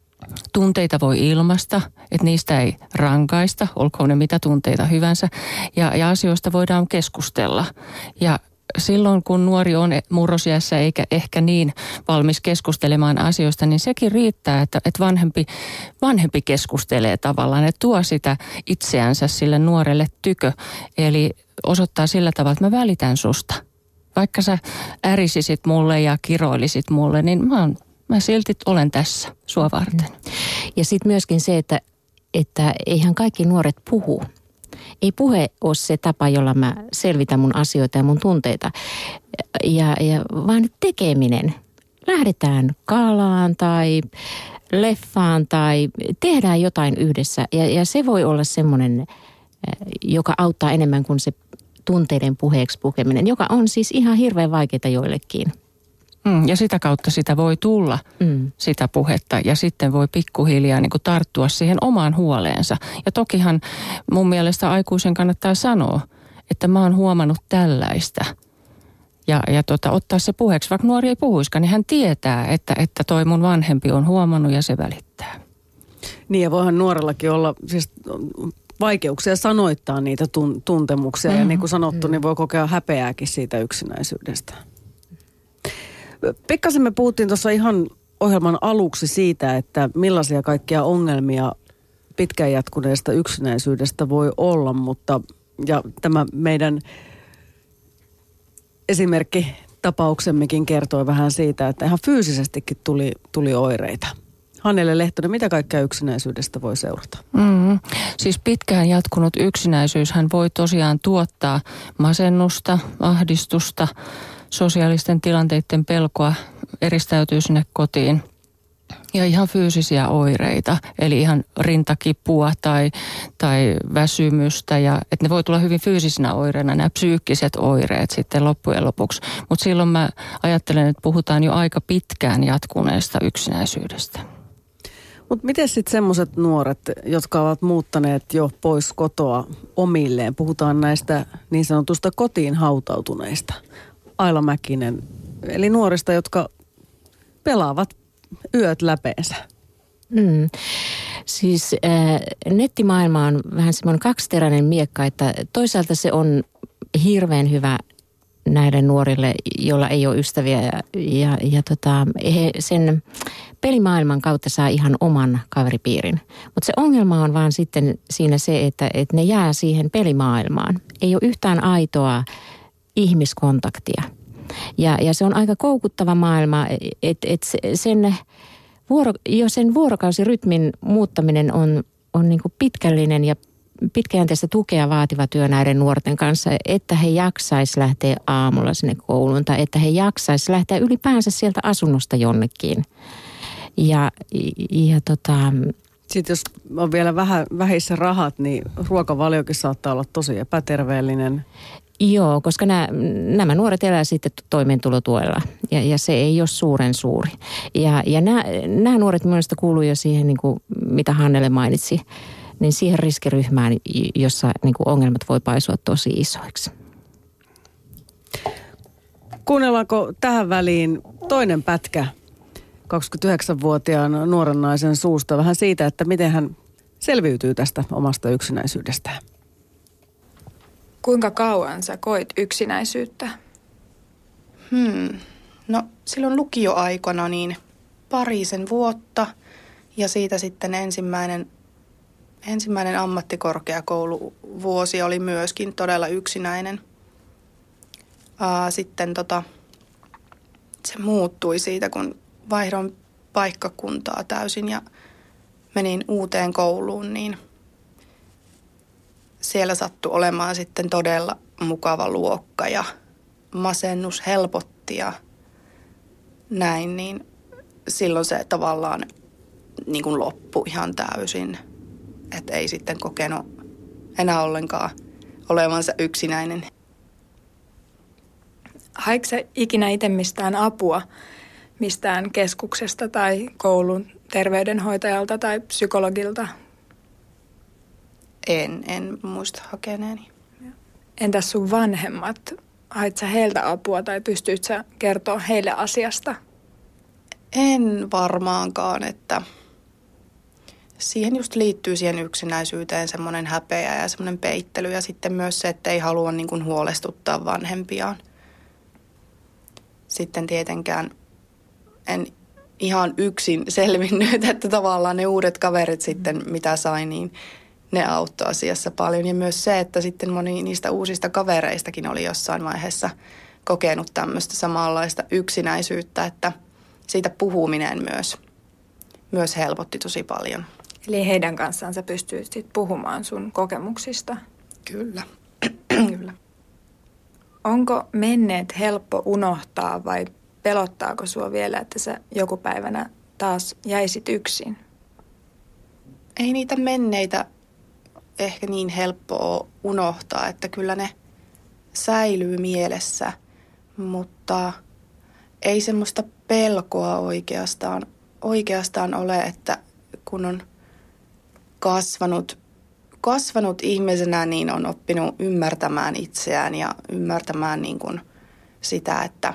tunteita voi ilmaista, että niistä ei rankaista, olkoon ne mitä tunteita hyvänsä, ja, ja asioista voidaan keskustella. Ja silloin kun nuori on murrosiässä eikä ehkä niin valmis keskustelemaan asioista, niin sekin riittää, että, että vanhempi, vanhempi keskustelee tavallaan, että tuo sitä itseänsä sille nuorelle tykö. Eli osoittaa sillä tavalla, että mä välitän susta. Vaikka sä ärisisit mulle ja kiroilisit mulle, niin mä, on, mä silti olen tässä sua varten. Ja sitten myöskin se, että, että eihän kaikki nuoret puhu. Ei puhe ole se tapa, jolla mä selvitän mun asioita ja mun tunteita, ja, ja vaan tekeminen. Lähdetään kalaan tai leffaan tai tehdään jotain yhdessä. Ja, ja se voi olla semmoinen, joka auttaa enemmän kuin se tunteiden puheeksi pukeminen, joka on siis ihan hirveän vaikeaa joillekin. Mm, ja sitä kautta sitä voi tulla, mm. sitä puhetta, ja sitten voi pikkuhiljaa niin kuin tarttua siihen omaan huoleensa. Ja tokihan mun mielestä aikuisen kannattaa sanoa, että mä oon huomannut tällaista. Ja, ja tota, ottaa se puheeksi, vaikka nuori ei puhuiskaan, niin hän tietää, että, että toi mun vanhempi on huomannut ja se välittää. Niin, ja voihan nuorellakin olla siis vaikeuksia sanoittaa niitä tun- tuntemuksia. Mm-hmm. Ja niin kuin sanottu, niin voi kokea häpeääkin siitä yksinäisyydestä. Pikkasen me puhuttiin tuossa ihan ohjelman aluksi siitä, että millaisia kaikkia ongelmia pitkään jatkuneesta yksinäisyydestä voi olla, mutta ja tämä meidän esimerkki tapauksemmekin kertoi vähän siitä, että ihan fyysisestikin tuli, tuli oireita. Hannele Lehtonen, mitä kaikkea yksinäisyydestä voi seurata? Mm-hmm. Siis pitkään jatkunut yksinäisyyshän voi tosiaan tuottaa masennusta, ahdistusta, sosiaalisten tilanteiden pelkoa, eristäytyy sinne kotiin ja ihan fyysisiä oireita, eli ihan rintakipua tai, tai väsymystä, ja että ne voi tulla hyvin fyysisinä oireina, nämä psyykkiset oireet sitten loppujen lopuksi. Mutta silloin mä ajattelen, että puhutaan jo aika pitkään jatkuneesta yksinäisyydestä. Mutta miten sitten semmoiset nuoret, jotka ovat muuttaneet jo pois kotoa omilleen, puhutaan näistä niin sanotusta kotiin hautautuneista? Aila Mäkinen, eli nuorista, jotka pelaavat yöt läpeensä. Mm. Siis äh, nettimaailma on vähän semmoinen kaksiteräinen miekka, että toisaalta se on hirveän hyvä näille nuorille, joilla ei ole ystäviä, ja, ja, ja tota, he sen pelimaailman kautta saa ihan oman kaveripiirin. Mutta se ongelma on vaan sitten siinä se, että, että ne jää siihen pelimaailmaan. Ei ole yhtään aitoa ihmiskontaktia. Ja, ja se on aika koukuttava maailma, että et sen vuoro, jo sen vuorokausirytmin muuttaminen on, on niin kuin pitkällinen ja pitkäjänteistä tukea vaativa työ näiden nuorten kanssa, että he jaksaisi lähteä aamulla sinne kouluun tai että he jaksaisi lähteä ylipäänsä sieltä asunnosta jonnekin. Ja, ja tota... Sitten jos on vielä vähän vähissä rahat, niin ruokavaliokin saattaa olla tosi epäterveellinen. Joo, koska nämä, nämä nuoret elää sitten toimeentulotuella ja, ja se ei ole suuren suuri. Ja, ja nämä, nämä nuoret mielestäni kuuluu jo siihen, niin kuin, mitä Hannele mainitsi, niin siihen riskiryhmään, jossa niin kuin ongelmat voi paisua tosi isoiksi. Kuunnellaanko tähän väliin toinen pätkä kaksikymmentäyhdeksänvuotiaan nuoren naisen suusta vähän siitä, että miten hän selviytyy tästä omasta yksinäisyydestään. Kuinka kauan sä koit yksinäisyyttä? Hmm. No silloin lukioaikana niin parisen vuotta ja siitä sitten ensimmäinen, ensimmäinen ammattikorkeakouluvuosi oli myöskin todella yksinäinen. Aa, sitten tota, se muuttui siitä, kun vaihdoin paikkakuntaa täysin ja menin uuteen kouluun, niin siellä sattui olemaan sitten todella mukava luokka ja masennus helpotti ja näin, niin silloin se tavallaan niin kuin loppui ihan täysin, että ei sitten kokenut enää ollenkaan olevansa yksinäinen. Haitko sä ikinä itse mistään apua, mistään keskuksesta tai koulun terveydenhoitajalta tai psykologilta? En, en muista hakeneeni. Entäs sun vanhemmat? Hait sä heiltä apua tai pystyit sä kertoa heille asiasta? En varmaankaan, että siihen just liittyy siihen yksinäisyyteen semmoinen häpeä ja semmoinen peittely ja sitten myös se, että ei halua niin kuin huolestuttaa vanhempiaan. Sitten tietenkään en ihan yksin selvinnyt, että tavallaan ne uudet kaverit sitten mitä sai, niin ne auttoi asiassa paljon. Ja myös se, että sitten moni niistä uusista kavereistakin oli jossain vaiheessa kokenut tämmöistä samanlaista yksinäisyyttä, että siitä puhuminen myös, myös helpotti tosi paljon. Eli heidän kanssaan sä pystyit sit puhumaan sun kokemuksista? Kyllä, kyllä. Onko menneet helppo unohtaa vai pelottaako sua vielä, että sä joku päivänä taas jäisit yksin? Ei niitä menneitä ehkä niin helppoa unohtaa, että kyllä ne säilyy mielessä, mutta ei semmoista pelkoa oikeastaan, oikeastaan ole, että kun on kasvanut, kasvanut ihmisenä, niin on oppinut ymmärtämään itseään ja ymmärtämään niin kuin sitä, että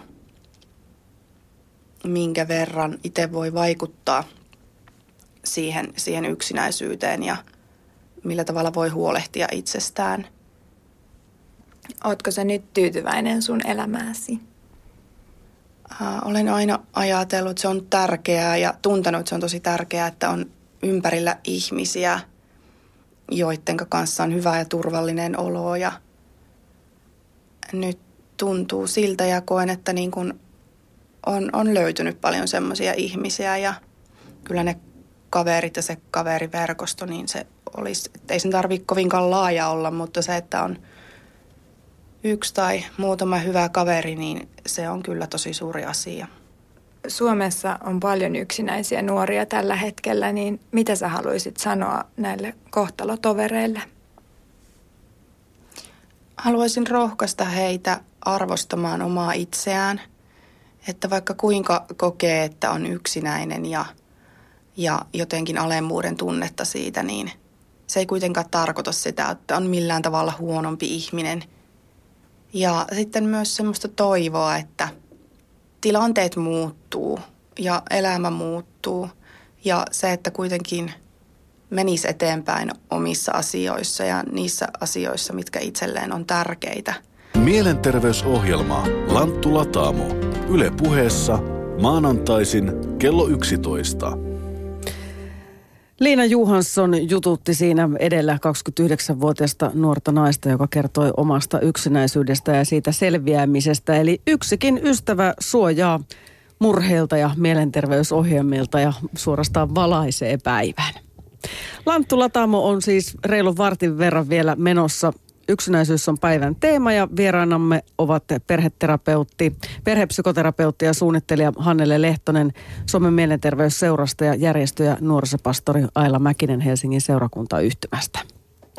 minkä verran itse voi vaikuttaa siihen, siihen yksinäisyyteen ja millä tavalla voi huolehtia itsestään. Ootko sä nyt tyytyväinen sun elämääsi? Äh, olen aina ajatellut, että se on tärkeää ja tuntenut, että se on tosi tärkeää, että on ympärillä ihmisiä, joiden kanssa on hyvä ja turvallinen olo. Ja nyt tuntuu siltä ja koen, että niin kun on, on löytynyt paljon semmoisia ihmisiä ja kyllä ne kaverit ja se kaveriverkosto, niin se olisi, ei sen tarvitse kovinkaan laaja olla, mutta se, että on yksi tai muutama hyvä kaveri, niin se on kyllä tosi suuri asia. Suomessa on paljon yksinäisiä nuoria tällä hetkellä, niin mitä sä haluaisit sanoa näille kohtalotovereille? Haluaisin rohkaista heitä arvostamaan omaa itseään, että vaikka kuinka kokee, että on yksinäinen ja, ja jotenkin alemmuuden tunnetta siitä, niin se ei kuitenkaan tarkoita sitä, että on millään tavalla huonompi ihminen. Ja sitten myös semmoista toivoa, että tilanteet muuttuu ja elämä muuttuu ja se, että kuitenkin menisi eteenpäin omissa asioissa ja niissä asioissa, mitkä itselleen on tärkeitä. Mielenterveysohjelma Lanttu Lataamo. Yle Puheessa maanantaisin kello yksitoista. Liina Johansson jututti siinä edellä kaksikymmentäyhdeksänvuotiaasta nuorta naista, joka kertoi omasta yksinäisyydestä ja siitä selviämisestä. Eli yksikin ystävä suojaa murheilta ja mielenterveysohjelmilta ja suorastaan valaisee päivän. Lanttu Lataamo on siis reilun vartin verran vielä menossa. Yksinäisyys on päivän teema ja vieraanamme ovat perheterapeutti, perhepsykoterapeutti ja suunnittelija Hannele Lehtonen Suomen mielenterveysseurasta ja järjestö- ja nuorisopastori Aila Mäkinen Helsingin seurakuntayhtymästä.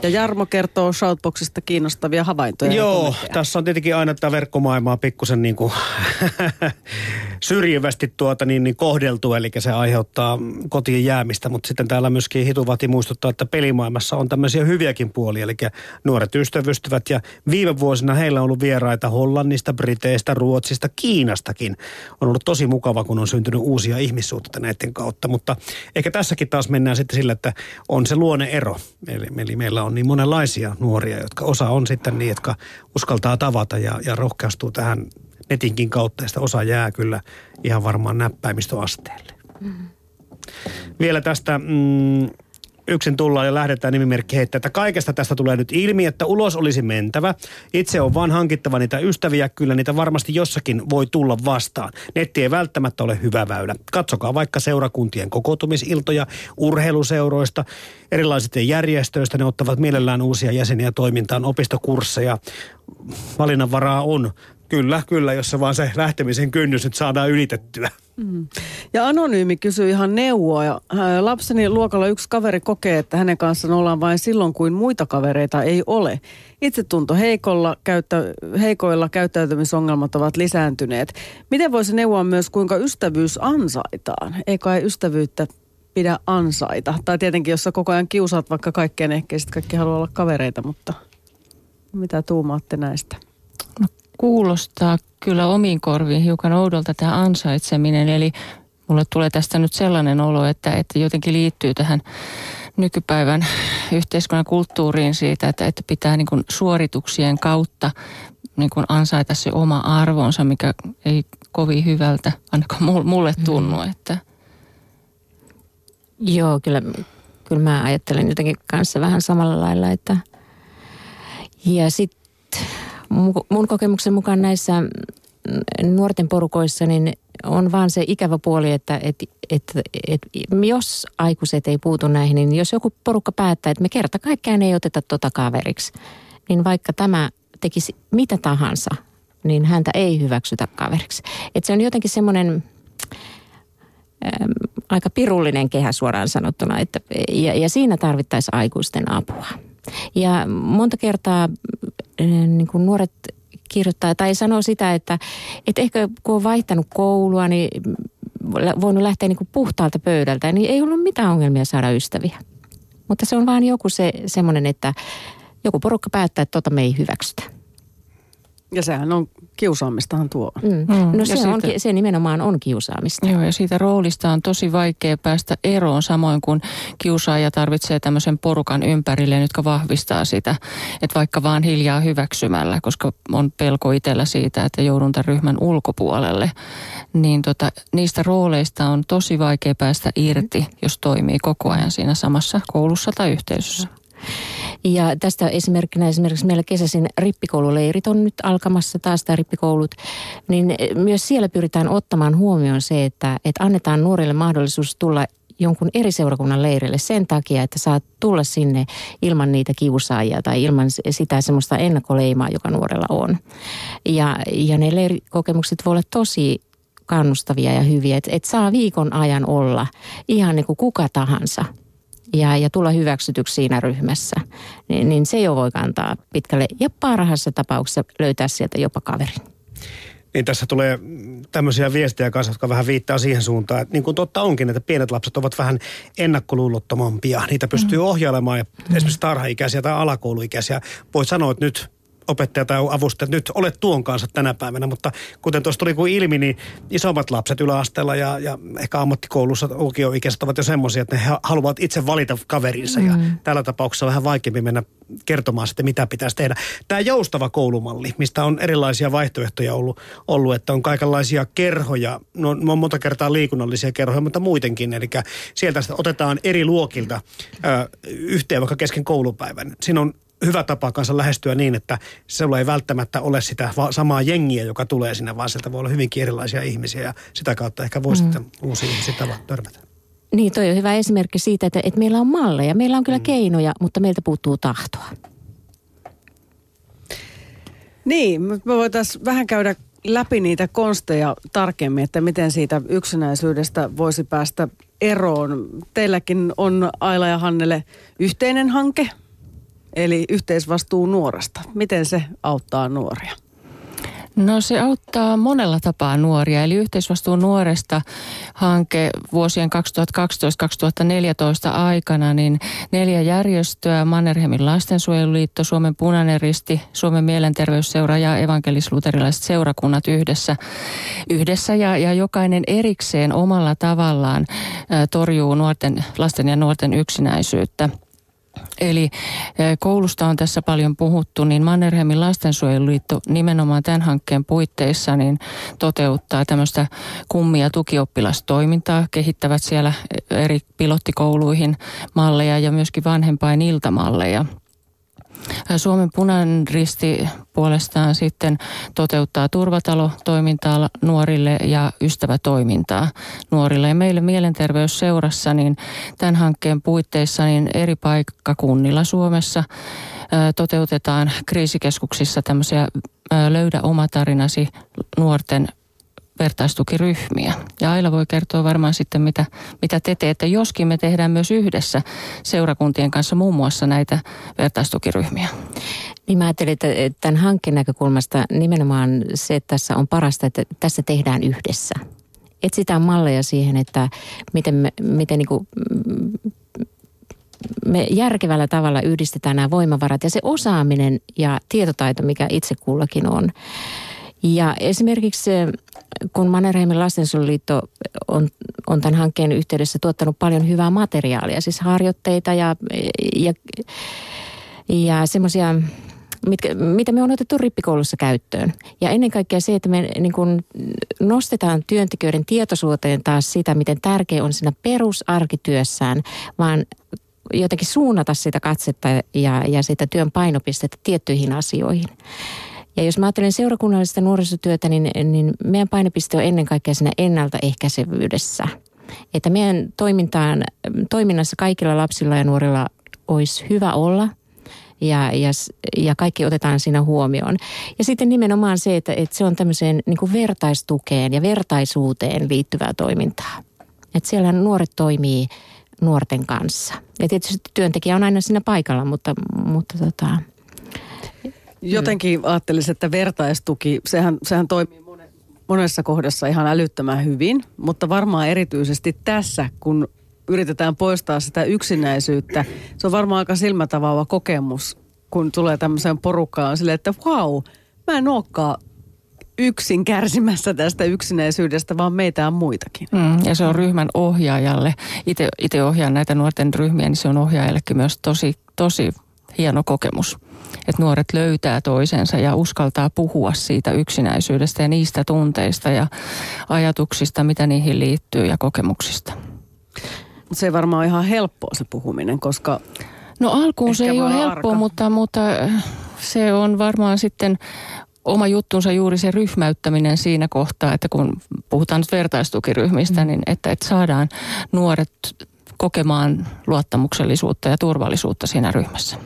Ja Jarmo kertoo Shoutboxista kiinnostavia havaintoja. Joo, tässä on tietenkin aina tämä verkkomaailmaa pikkusen niin kuin syrjivästi tuota niin, niin kohdeltu, eli se aiheuttaa kotiin jäämistä, mutta sitten täällä myöskin Hituvati muistuttaa, että pelimaailmassa on tämmöisiä hyviäkin puolia, eli nuoret ystävystyvät ja viime vuosina heillä on ollut vieraita Hollannista, Briteistä, Ruotsista, Kiinastakin. On ollut tosi mukava, kun on syntynyt uusia ihmissuhteita näiden kautta, mutta ehkä tässäkin taas mennään sitten sillä, että on se luonne-ero. Eli, eli meillä on niin monenlaisia nuoria, jotka osa on sitten niin, jotka uskaltaa tavata ja, ja rohkeastuu tähän netinkin kautta, ja sitä osa jää kyllä ihan varmaan näppäimistöasteelle. Mm-hmm. Vielä tästä mm, yksin tullaan ja lähdetään nimimerkki heittää, että kaikesta tästä tulee nyt ilmi, että ulos olisi mentävä. Itse on vaan hankittava niitä ystäviä, kyllä niitä varmasti jossakin voi tulla vastaan. Netti ei välttämättä ole hyvä väylä. Katsokaa vaikka seurakuntien kokoontumisiltoja, urheiluseuroista, erilaisista järjestöistä. Ne ottavat mielellään uusia jäseniä toimintaan, opistokursseja. Valinnanvaraa on. Kyllä, kyllä, jos se vaan se lähtemisen kynnys nyt saadaan ylitettyä. Mm. Ja Anonyymi kysyy ihan neuvoa. Ja, ää, lapseni luokalla yksi kaveri kokee, että hänen kanssaan ollaan vain silloin, kuin muita kavereita ei ole. Itsetunto heikolla, käyttä, heikoilla käyttäytymisongelmat ovat lisääntyneet. Miten voisi neuvoa myös, kuinka ystävyys ansaitaan? Ei kai ystävyyttä pidä ansaita. Tai tietenkin, jos sä koko ajan kiusaat vaikka kaikkeen, ehkä sitten kaikki haluaa olla kavereita, mutta mitä tuumaatte näistä? No, kuulostaa kyllä omiin korviin hiukan oudolta tämä ansaitseminen, eli mulle tulee tästä nyt sellainen olo, että, että jotenkin liittyy tähän nykypäivän yhteiskunnan kulttuuriin siitä, että, että pitää niin kuin suorituksien kautta niin kuin ansaita se oma arvonsa, mikä ei kovin hyvältä ainakaan mulle tunnu. Mm. Että. Joo, kyllä, kyllä mä ajattelen jotenkin kanssa vähän samalla lailla, että ja sitten mun kokemuksen mukaan näissä nuorten porukoissa niin on vaan se ikävä puoli, että et, et, et, jos aikuiset ei puutu näihin, niin jos joku porukka päättää, että me kerta kaikkiaan ei oteta tota kaveriksi, niin vaikka tämä tekisi mitä tahansa, niin häntä ei hyväksytä kaveriksi. Että se on jotenkin semmoinen äm, aika pirullinen kehä suoraan sanottuna, että, ja, ja siinä tarvittaisiin aikuisten apua. Ja monta kertaa niin kuin nuoret kirjoittaa tai sanoo sitä, että, että ehkä kun on vaihtanut koulua, niin voinut lähteä niin kuin puhtaalta pöydältä, niin ei ollut mitään ongelmia saada ystäviä. Mutta se on vaan joku se semmoinen, että joku porukka päättää, että tota me ei hyväksytä. Ja sehän on, kiusaamistahan tuo. Mm. Mm. No se, siitä, on, se nimenomaan on kiusaamista. Joo, ja siitä roolista on tosi vaikea päästä eroon, samoin kuin kiusaaja tarvitsee tämmöisen porukan ympärille, jotka vahvistaa sitä, että vaikka vaan hiljaa hyväksymällä, koska on pelko itsellä siitä, että joudun tämän ryhmän ulkopuolelle, niin tota, niistä rooleista on tosi vaikea päästä irti, jos toimii koko ajan siinä samassa koulussa tai yhteisössä. Ja tästä esimerkkinä esimerkiksi meillä kesäisin rippikoululeirit on nyt alkamassa taas tämä rippikoulut, niin myös siellä pyritään ottamaan huomioon se, että, että annetaan nuorille mahdollisuus tulla jonkun eri seurakunnan leirille sen takia, että saat tulla sinne ilman niitä kiusaajia tai ilman sitä semmoista ennakkoleimaa, joka nuorella on. Ja, ja ne leirikokemukset voi olla tosi kannustavia ja hyviä, että et saa viikon ajan olla ihan niin kuin kuka tahansa. Ja, ja tulla hyväksytyksi siinä ryhmässä, niin, niin se jo voi kantaa pitkälle ja parhaassa tapauksessa löytää sieltä jopa kaverin. Niin tässä tulee tämmöisiä viestejä kanssa, jotka vähän viittaa siihen suuntaan, että niin kuin totta onkin, että pienet lapset ovat vähän ennakkoluulottomampia. Niitä pystyy mm. ohjailemaan ja mm. esimerkiksi tarha-ikäisiä tai alakouluikäisiä. Voit sanoa, että nyt opettaja tai avustaja, että nyt olet tuon kanssa tänä päivänä, mutta kuten tuossa tuli kuin ilmi, niin isommat lapset yläasteella ja, ja ehkä ammattikoulussa lukioikäiset ovat jo semmoisia, että ne haluavat itse valita kaverinsa mm. ja tällä tapauksessa on vähän vaikeampi mennä kertomaan sitten, mitä pitäisi tehdä. Tämä joustava koulumalli, mistä on erilaisia vaihtoehtoja ollut, ollut että on kaikenlaisia kerhoja, no on monta kertaa liikunnallisia kerhoja, mutta muitenkin, eli sieltä otetaan eri luokilta ö, yhteen vaikka kesken koulupäivän. Siinä on hyvä tapa kanssa lähestyä niin, että sulla ei välttämättä ole sitä samaa jengiä, joka tulee sinne, vaan sieltä voi olla hyvinkin erilaisia ihmisiä ja sitä kautta ehkä voi mm. sitten uusia ihmisiä törmätä. Niin, toi on hyvä esimerkki siitä, että, että meillä on malleja, meillä on kyllä mm. keinoja, mutta meiltä puuttuu tahtoa. Niin, me voitaisiin vähän käydä läpi niitä konsteja tarkemmin, että miten siitä yksinäisyydestä voisi päästä eroon. Teilläkin on Aila ja Hannele yhteinen hanke. eli yhteisvastuu nuoresta. Miten se auttaa nuoria? No se auttaa monella tapaa nuoria, eli yhteisvastuu nuoresta hanke vuosien kaksituhattakaksitoista kaksituhattaneljätoista aikana, niin neljä järjestöä, Mannerheimin lastensuojeluliitto, Suomen Punainen Risti, Suomen mielenterveysseura ja evankelis-luterilaiset seurakunnat yhdessä, yhdessä ja, ja jokainen erikseen omalla tavallaan ä, torjuu nuorten, lasten ja nuorten yksinäisyyttä. Eli koulusta on tässä paljon puhuttu, niin Mannerheimin lastensuojeluliitto nimenomaan tämän hankkeen puitteissa niin toteuttaa tämmöistä kummi- ja tukioppilastoimintaa, kehittävät siellä eri pilottikouluihin malleja ja myöskin vanhempain iltamalleja. Suomen Punainen Risti puolestaan sitten toteuttaa turvatalotoimintaa nuorille ja ystävätoimintaa nuorille. Ja meille Mielenterveysseurassa niin tämän hankkeen puitteissa niin eri paikkakunnilla Suomessa ää, toteutetaan kriisikeskuksissa tämmöisiä ää, löydä oma tarinasi nuorten vertaistukiryhmiä. Ja Aila voi kertoa varmaan sitten, mitä, mitä te teette. Joskin me tehdään myös yhdessä seurakuntien kanssa muun muassa näitä vertaistukiryhmiä. Niin mä ajattelin, että tämän hankkeen näkökulmasta nimenomaan se, että tässä on parasta, että tässä tehdään yhdessä. Etsitään malleja siihen, että miten me, miten niin kuin me järkevällä tavalla yhdistetään nämä voimavarat ja se osaaminen ja tietotaito, mikä itse kullakin on. Ja esimerkiksi kun Mannerheimin lastensuojeluliitto on, on tämän hankkeen yhteydessä tuottanut paljon hyvää materiaalia, siis harjoitteita ja, ja, ja semmoisia, mitä me on otettu rippikoulussa käyttöön. Ja ennen kaikkea se, että me niin kuin nostetaan työntekijöiden tietoisuuteen taas sitä, miten tärkeä on siinä perusarkityössään, vaan jotenkin suunnata sitä katsetta ja, ja sitä työn painopistettä tiettyihin asioihin. Ja jos mä ajattelen seurakunnallista nuorisotyötä, niin, niin meidän painopiste on ennen kaikkea siinä ennaltaehkäisevyydessä. Että meidän toimintaan, toiminnassa kaikilla lapsilla ja nuorilla olisi hyvä olla ja, ja, ja kaikki otetaan siinä huomioon. Ja sitten nimenomaan se, että, että se on tämmöiseen niin kuin vertaistukeen ja vertaisuuteen liittyvää toimintaa. Että siellä nuoret toimii nuorten kanssa. Ja tietysti työntekijä on aina siinä paikalla, mutta, mutta tota... Jotenkin ajattelisin, että vertaistuki, sehän, sehän toimii monessa kohdassa ihan älyttömän hyvin, mutta varmaan erityisesti tässä, kun yritetään poistaa sitä yksinäisyyttä, se on varmaan aika silmätavaava kokemus, kun tulee tämmöiseen porukkaan silleen, että vau, mä en olekaan yksin kärsimässä tästä yksinäisyydestä, vaan meitä on muitakin. Mm, ja se on ryhmän ohjaajalle. Itse, itse ohjaan näitä nuorten ryhmiä, niin se on ohjaajallekin myös tosi, tosi hieno kokemus. Että nuoret löytää toisensa ja uskaltaa puhua siitä yksinäisyydestä ja niistä tunteista ja ajatuksista, mitä niihin liittyy ja kokemuksista. Se ei varmaan ole ihan helppoa se puhuminen, koska... No alkuun se ei ole helppoa, mutta, mutta se on varmaan sitten oma juttunsa juuri se ryhmäyttäminen siinä kohtaa, että kun puhutaan nyt vertaistukiryhmistä, mm. niin että, että saadaan nuoret kokemaan luottamuksellisuutta ja turvallisuutta siinä ryhmässä.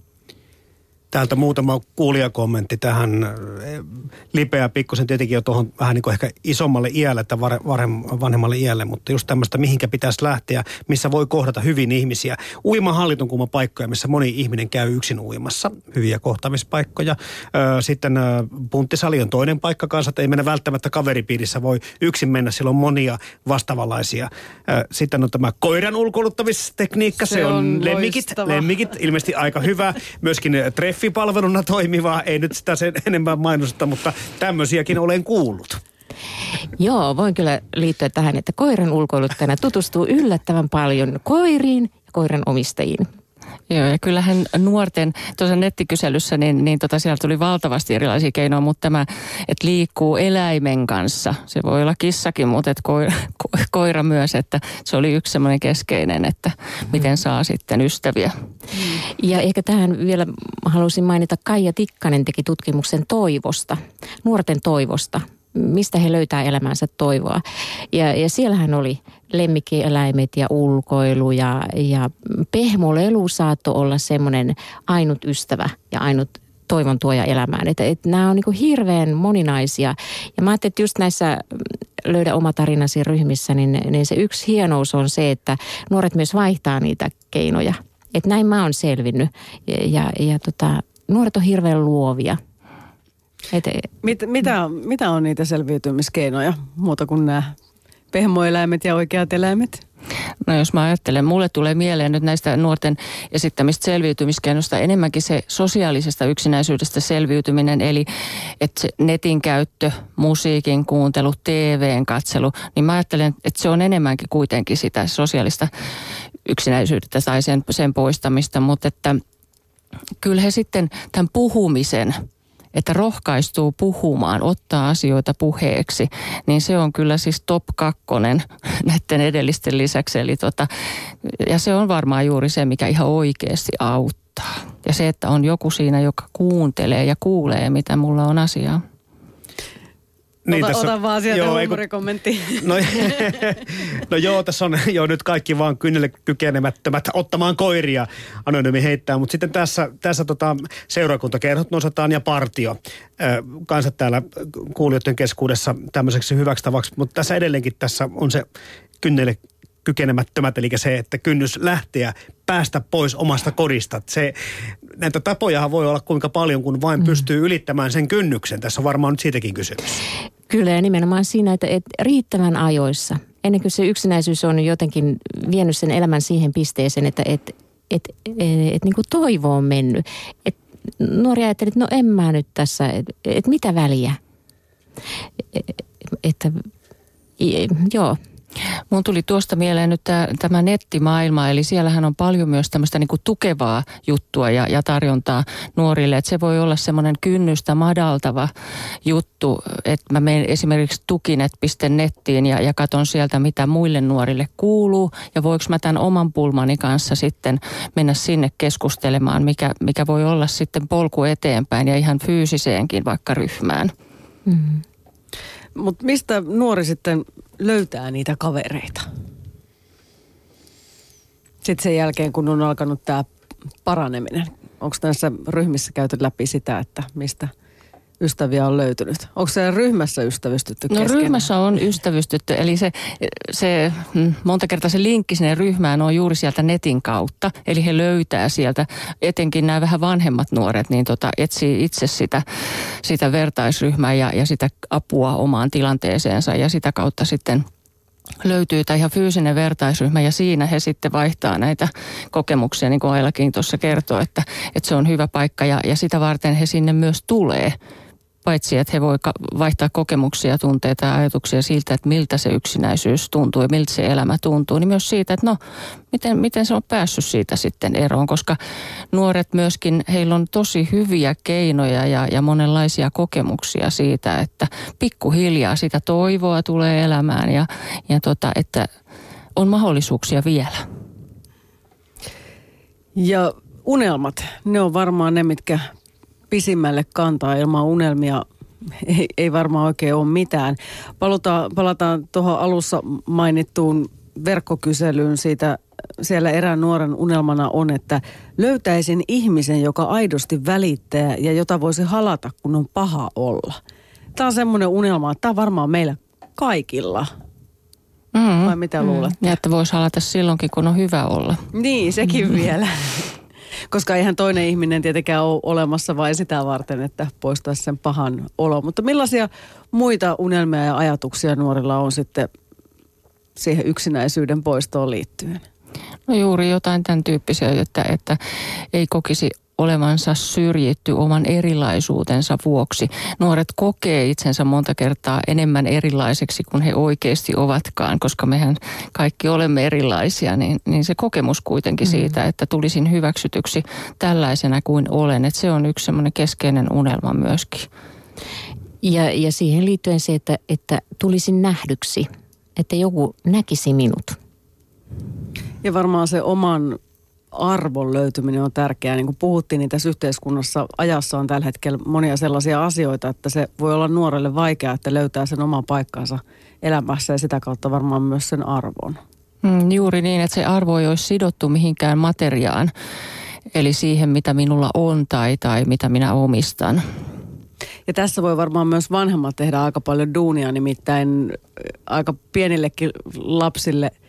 Täältä muutama kuulijakommentti tähän. Lipeä pikkusen tietenkin jo tuohon vähän niin kuin ehkä isommalle iälle, että vanhemmalle iälle, mutta just tämmöistä, mihinkä pitäisi lähteä, missä voi kohdata hyvin ihmisiä. Uimahallit on kuuma paikkoja, missä moni ihminen käy yksin uimassa. Hyviä kohtaamispaikkoja. Sitten punttisali on toinen paikka kanssa, että ei mennä välttämättä kaveripiirissä, voi yksin mennä, siellä on monia vastaavanlaisia. Sitten on tämä koiran ulkoiluttamistekniikka, se, se on, on lemmikit, lemmikit, ilmeisesti aika hyvä. Myöskin treff palveluna toimivaa, ei nyt sitä sen enemmän mainosta, mutta tämmöisiäkin olen kuullut. Joo, voin kyllä liittyä tähän, että koiran ulkoiluttajana tutustuu yllättävän paljon koiriin ja koiran omistajiin. Joo, ja kyllähän nuorten tuossa nettikyselyssä, niin, niin tota, siellä tuli valtavasti erilaisia keinoja, mutta tämä, että liikkuu eläimen kanssa, se voi olla kissakin, mutta et koira, ko, koira myös, että se oli yksi semmoinen keskeinen, että miten saa sitten ystäviä. Ja ehkä tähän vielä halusin mainita, Kaija Tikkanen teki tutkimuksen toivosta, nuorten toivosta. Mistä he löytää elämänsä toivoa. Ja, ja siellähän oli lemmikkieläimet ja ulkoilu ja, ja pehmolelu saattoi olla semmoinen ainut ystävä ja ainut toivon tuoja elämään. Että, että nämä on niin kuin hirveän moninaisia. Ja mä ajattelin, että just näissä löydä oma tarinasi ryhmissä, niin, niin se yksi hienous on se, että nuoret myös vaihtaa niitä keinoja. Että näin mä oon selvinnyt. Ja, ja, ja tota, nuoret on hirveän luovia. Et, Mit, mitä, mitä on niitä selviytymiskeinoja muuta kuin nämä pehmoeläimet ja oikeat eläimet? No jos mä ajattelen, mulle tulee mieleen nyt näistä nuorten esittämistä selviytymiskeinoista enemmänkin se sosiaalisesta yksinäisyydestä selviytyminen, eli että se netin käyttö, musiikin kuuntelu, T V:n katselu, niin mä ajattelen, että se on enemmänkin kuitenkin sitä sosiaalista yksinäisyyttä tai sen, sen poistamista, mutta että kyllä he sitten tämän puhumisen, että rohkaistuu puhumaan, ottaa asioita puheeksi, niin se on kyllä siis top kakkonen näiden edellisten lisäksi. Eli tota, ja se on varmaan juuri se, mikä ihan oikeasti auttaa. Ja se, että on joku siinä, joka kuuntelee ja kuulee, mitä mulla on asiaa. Niin, ota, ota vaan sieltä huumorikommentti. No, no joo, tässä on jo nyt kaikki vaan kynnelle kykenemättömät ottamaan koiria, anonyymi heittää. Mutta sitten tässä, tässä tota, seurakuntakerhot nostetaan ja partio äh, kanssa täällä kuulijoiden keskuudessa tämmöiseksi hyväksi tavaksi. Mutta tässä edelleenkin tässä on se kynnelle kykenemättömät, eli se, että kynnys lähteä, päästä pois omasta kodista. Se, näitä tapojahan voi olla kuinka paljon, kun vain mm. pystyy ylittämään sen kynnyksen. Tässä on varmaan nyt siitäkin kysymys. Kyllä, ja nimenomaan siinä, että, että riittävän ajoissa, ennen kuin se yksinäisyys on jotenkin vienyt sen elämän siihen pisteeseen, että et, et, et, et, niin kuin toivo on mennyt. Et nuori ajatteli, että no en mä nyt tässä, että et mitä väliä. Et, että joo. Mun tuli tuosta mieleen nyt tämä, tämä nettimaailma, eli siellähän on paljon myös tämmöistä niin kuin tukevaa juttua ja, ja tarjontaa nuorille. Että se voi olla semmoinen kynnystä madaltava juttu, että mä menen esimerkiksi tukinet piste nettiin ja, ja katson sieltä, mitä muille nuorille kuuluu. Ja voiko mä tämän oman pulmani kanssa sitten mennä sinne keskustelemaan, mikä, mikä voi olla sitten polku eteenpäin ja ihan fyysiseenkin vaikka ryhmään. Mm-hmm. Mutta mistä nuori sitten löytää niitä kavereita? Sitten sen jälkeen, kun on alkanut tämä paraneminen. Onko näissä ryhmissä käyty läpi sitä, että mistä ystäviä on löytynyt? Onko siellä ryhmässä ystävystytty No keskenään? Ryhmässä on ystävystytty, eli se, se monta kertaa se linkki sinne ryhmään on juuri sieltä netin kautta. Eli he löytää sieltä, etenkin nämä vähän vanhemmat nuoret, niin tota, etsii itse sitä, sitä vertaisryhmää ja, ja sitä apua omaan tilanteeseensa ja sitä kautta sitten löytyy tämä ihan fyysinen vertaisryhmä ja siinä he sitten vaihtaa näitä kokemuksia, niin kuin Ailakin tuossa kertoo, että, että se on hyvä paikka ja, ja sitä varten he sinne myös tulee. Paitsi, että he voi vaihtaa kokemuksia, tunteita ja ajatuksia siitä, että miltä se yksinäisyys tuntuu ja miltä se elämä tuntuu, niin myös siitä, että no, miten, miten se on päässyt siitä sitten eroon, koska nuoret myöskin, heillä on tosi hyviä keinoja ja, ja monenlaisia kokemuksia siitä, että pikkuhiljaa sitä toivoa tulee elämään ja, ja tota, että on mahdollisuuksia vielä. Ja unelmat, ne on varmaan ne, mitkä pisimmälle kantaa. Ilman unelmia ei, ei varmaan oikein ole mitään. Palataan, palataan tuohon alussa mainittuun verkkokyselyyn siitä. Siellä erään nuoren unelmana on, että löytäisin ihmisen, joka aidosti välittää ja jota voisi halata, kun on paha olla. Tämä on semmoinen unelma, että tämä on varmaan meillä kaikilla. Mm-hmm. Vai mitä luulet? Mm-hmm. Ja että voisi halata silloinkin, kun on hyvä olla. Niin, sekin mm-hmm. vielä. Koska eihän toinen ihminen tietenkään ole olemassa vain sitä varten, että poistaisi sen pahan olo. Mutta millaisia muita unelmia ja ajatuksia nuorilla on sitten siihen yksinäisyyden poistoon liittyen? No juuri jotain tämän tyyppisiä, että, että ei kokisi olevansa syrjitty oman erilaisuutensa vuoksi. Nuoret kokee itsensä monta kertaa enemmän erilaiseksi kuin he oikeasti ovatkaan, koska mehän kaikki olemme erilaisia, niin, niin se kokemus kuitenkin siitä, että tulisin hyväksytyksi tällaisena kuin olen, että se on yksi semmoinen keskeinen unelma myöskin. Ja, ja siihen liittyen se, että, että tulisin nähdyksi, että joku näkisi minut. Ja varmaan se oman arvon löytyminen on tärkeää. Niin kuin puhuttiin, niin tässä yhteiskunnassa ajassa on tällä hetkellä monia sellaisia asioita, että se voi olla nuorelle vaikeaa, että löytää sen oman paikkansa elämässä ja sitä kautta varmaan myös sen arvon. Mm, juuri niin, että se arvo ei olisi sidottu mihinkään materiaan, eli siihen mitä minulla on tai, tai mitä minä omistan. Ja tässä voi varmaan myös vanhemmat tehdä aika paljon duunia, nimittäin aika pienillekin lapsille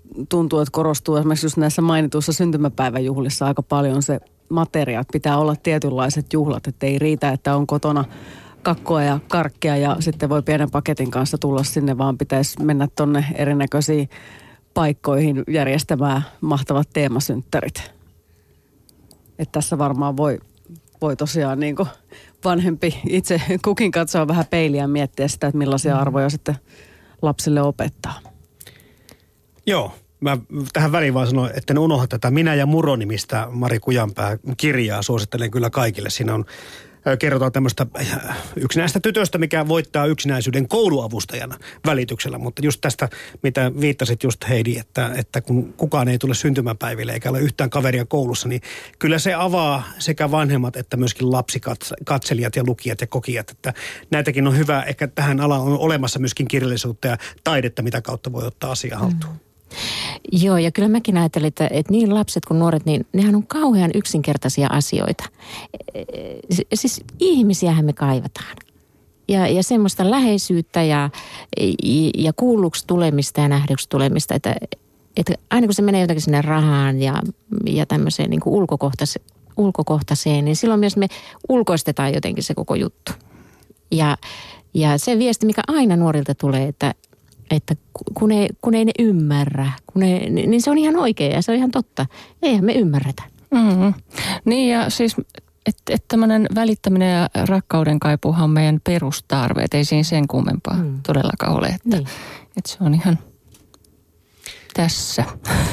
tuntuu, että korostuu esimerkiksi just näissä mainituissa syntymäpäiväjuhlissa aika paljon se materia, että pitää olla tietynlaiset juhlat, että ei riitä, että on kotona kakkoa ja karkkia ja sitten voi pienen paketin kanssa tulla sinne, vaan pitäisi mennä tonne erinäköisiin paikkoihin järjestämään mahtavat teemasynttärit. Että tässä varmaan voi, voi tosiaan niin kuin vanhempi itse kukin katsoa vähän peiliä ja miettiä sitä, että millaisia arvoja sitten lapsille opettaa. Joo. Mä tähän väliin vaan sanon, että en unohda tätä Minä ja Muro-nimistä Mari Kujanpää kirjaa. Suosittelen kyllä kaikille. Siinä on, kerrotaan tämmöistä yksinäistä tytöstä, mikä voittaa yksinäisyyden kouluavustajana välityksellä. Mutta just tästä, mitä viittasit just Heidi, että, että kun kukaan ei tule syntymäpäiville eikä ole yhtään kaveria koulussa, niin kyllä se avaa sekä vanhemmat että myöskin lapsikatselijat ja lukijat ja kokijat. Että näitäkin on hyvä, ehkä tähän alaan on olemassa myöskin kirjallisuutta ja taidetta, mitä kautta voi ottaa asia haltuun. Mm. Joo, ja kyllä mäkin ajattelin, että, että niin lapset kuin nuoret, niin nehän on kauhean yksinkertaisia asioita. Siis ihmisiähän me kaivataan. Ja, ja semmoista läheisyyttä ja, ja kuulluksi tulemista ja nähdyksi tulemista, että, että aina kun se menee jotakin sinne rahaan ja, ja tämmöiseen niin kuin ulkokohtaiseen, ulkokohtaiseen, niin silloin myös me ulkoistetaan jotenkin se koko juttu. Ja, ja se viesti, mikä aina nuorilta tulee, että Että kun ei, kun ei ne ymmärrä, kun ei, niin se on ihan oikein ja se on ihan totta. Eihän me ymmärretä. Mm-hmm. Niin ja siis, että et tämmöinen välittäminen ja rakkauden kaipuuhan on meidän perustarve. Et ei siinä sen kummempaa mm. todellakaan ole. Että niin. et se on ihan tässä.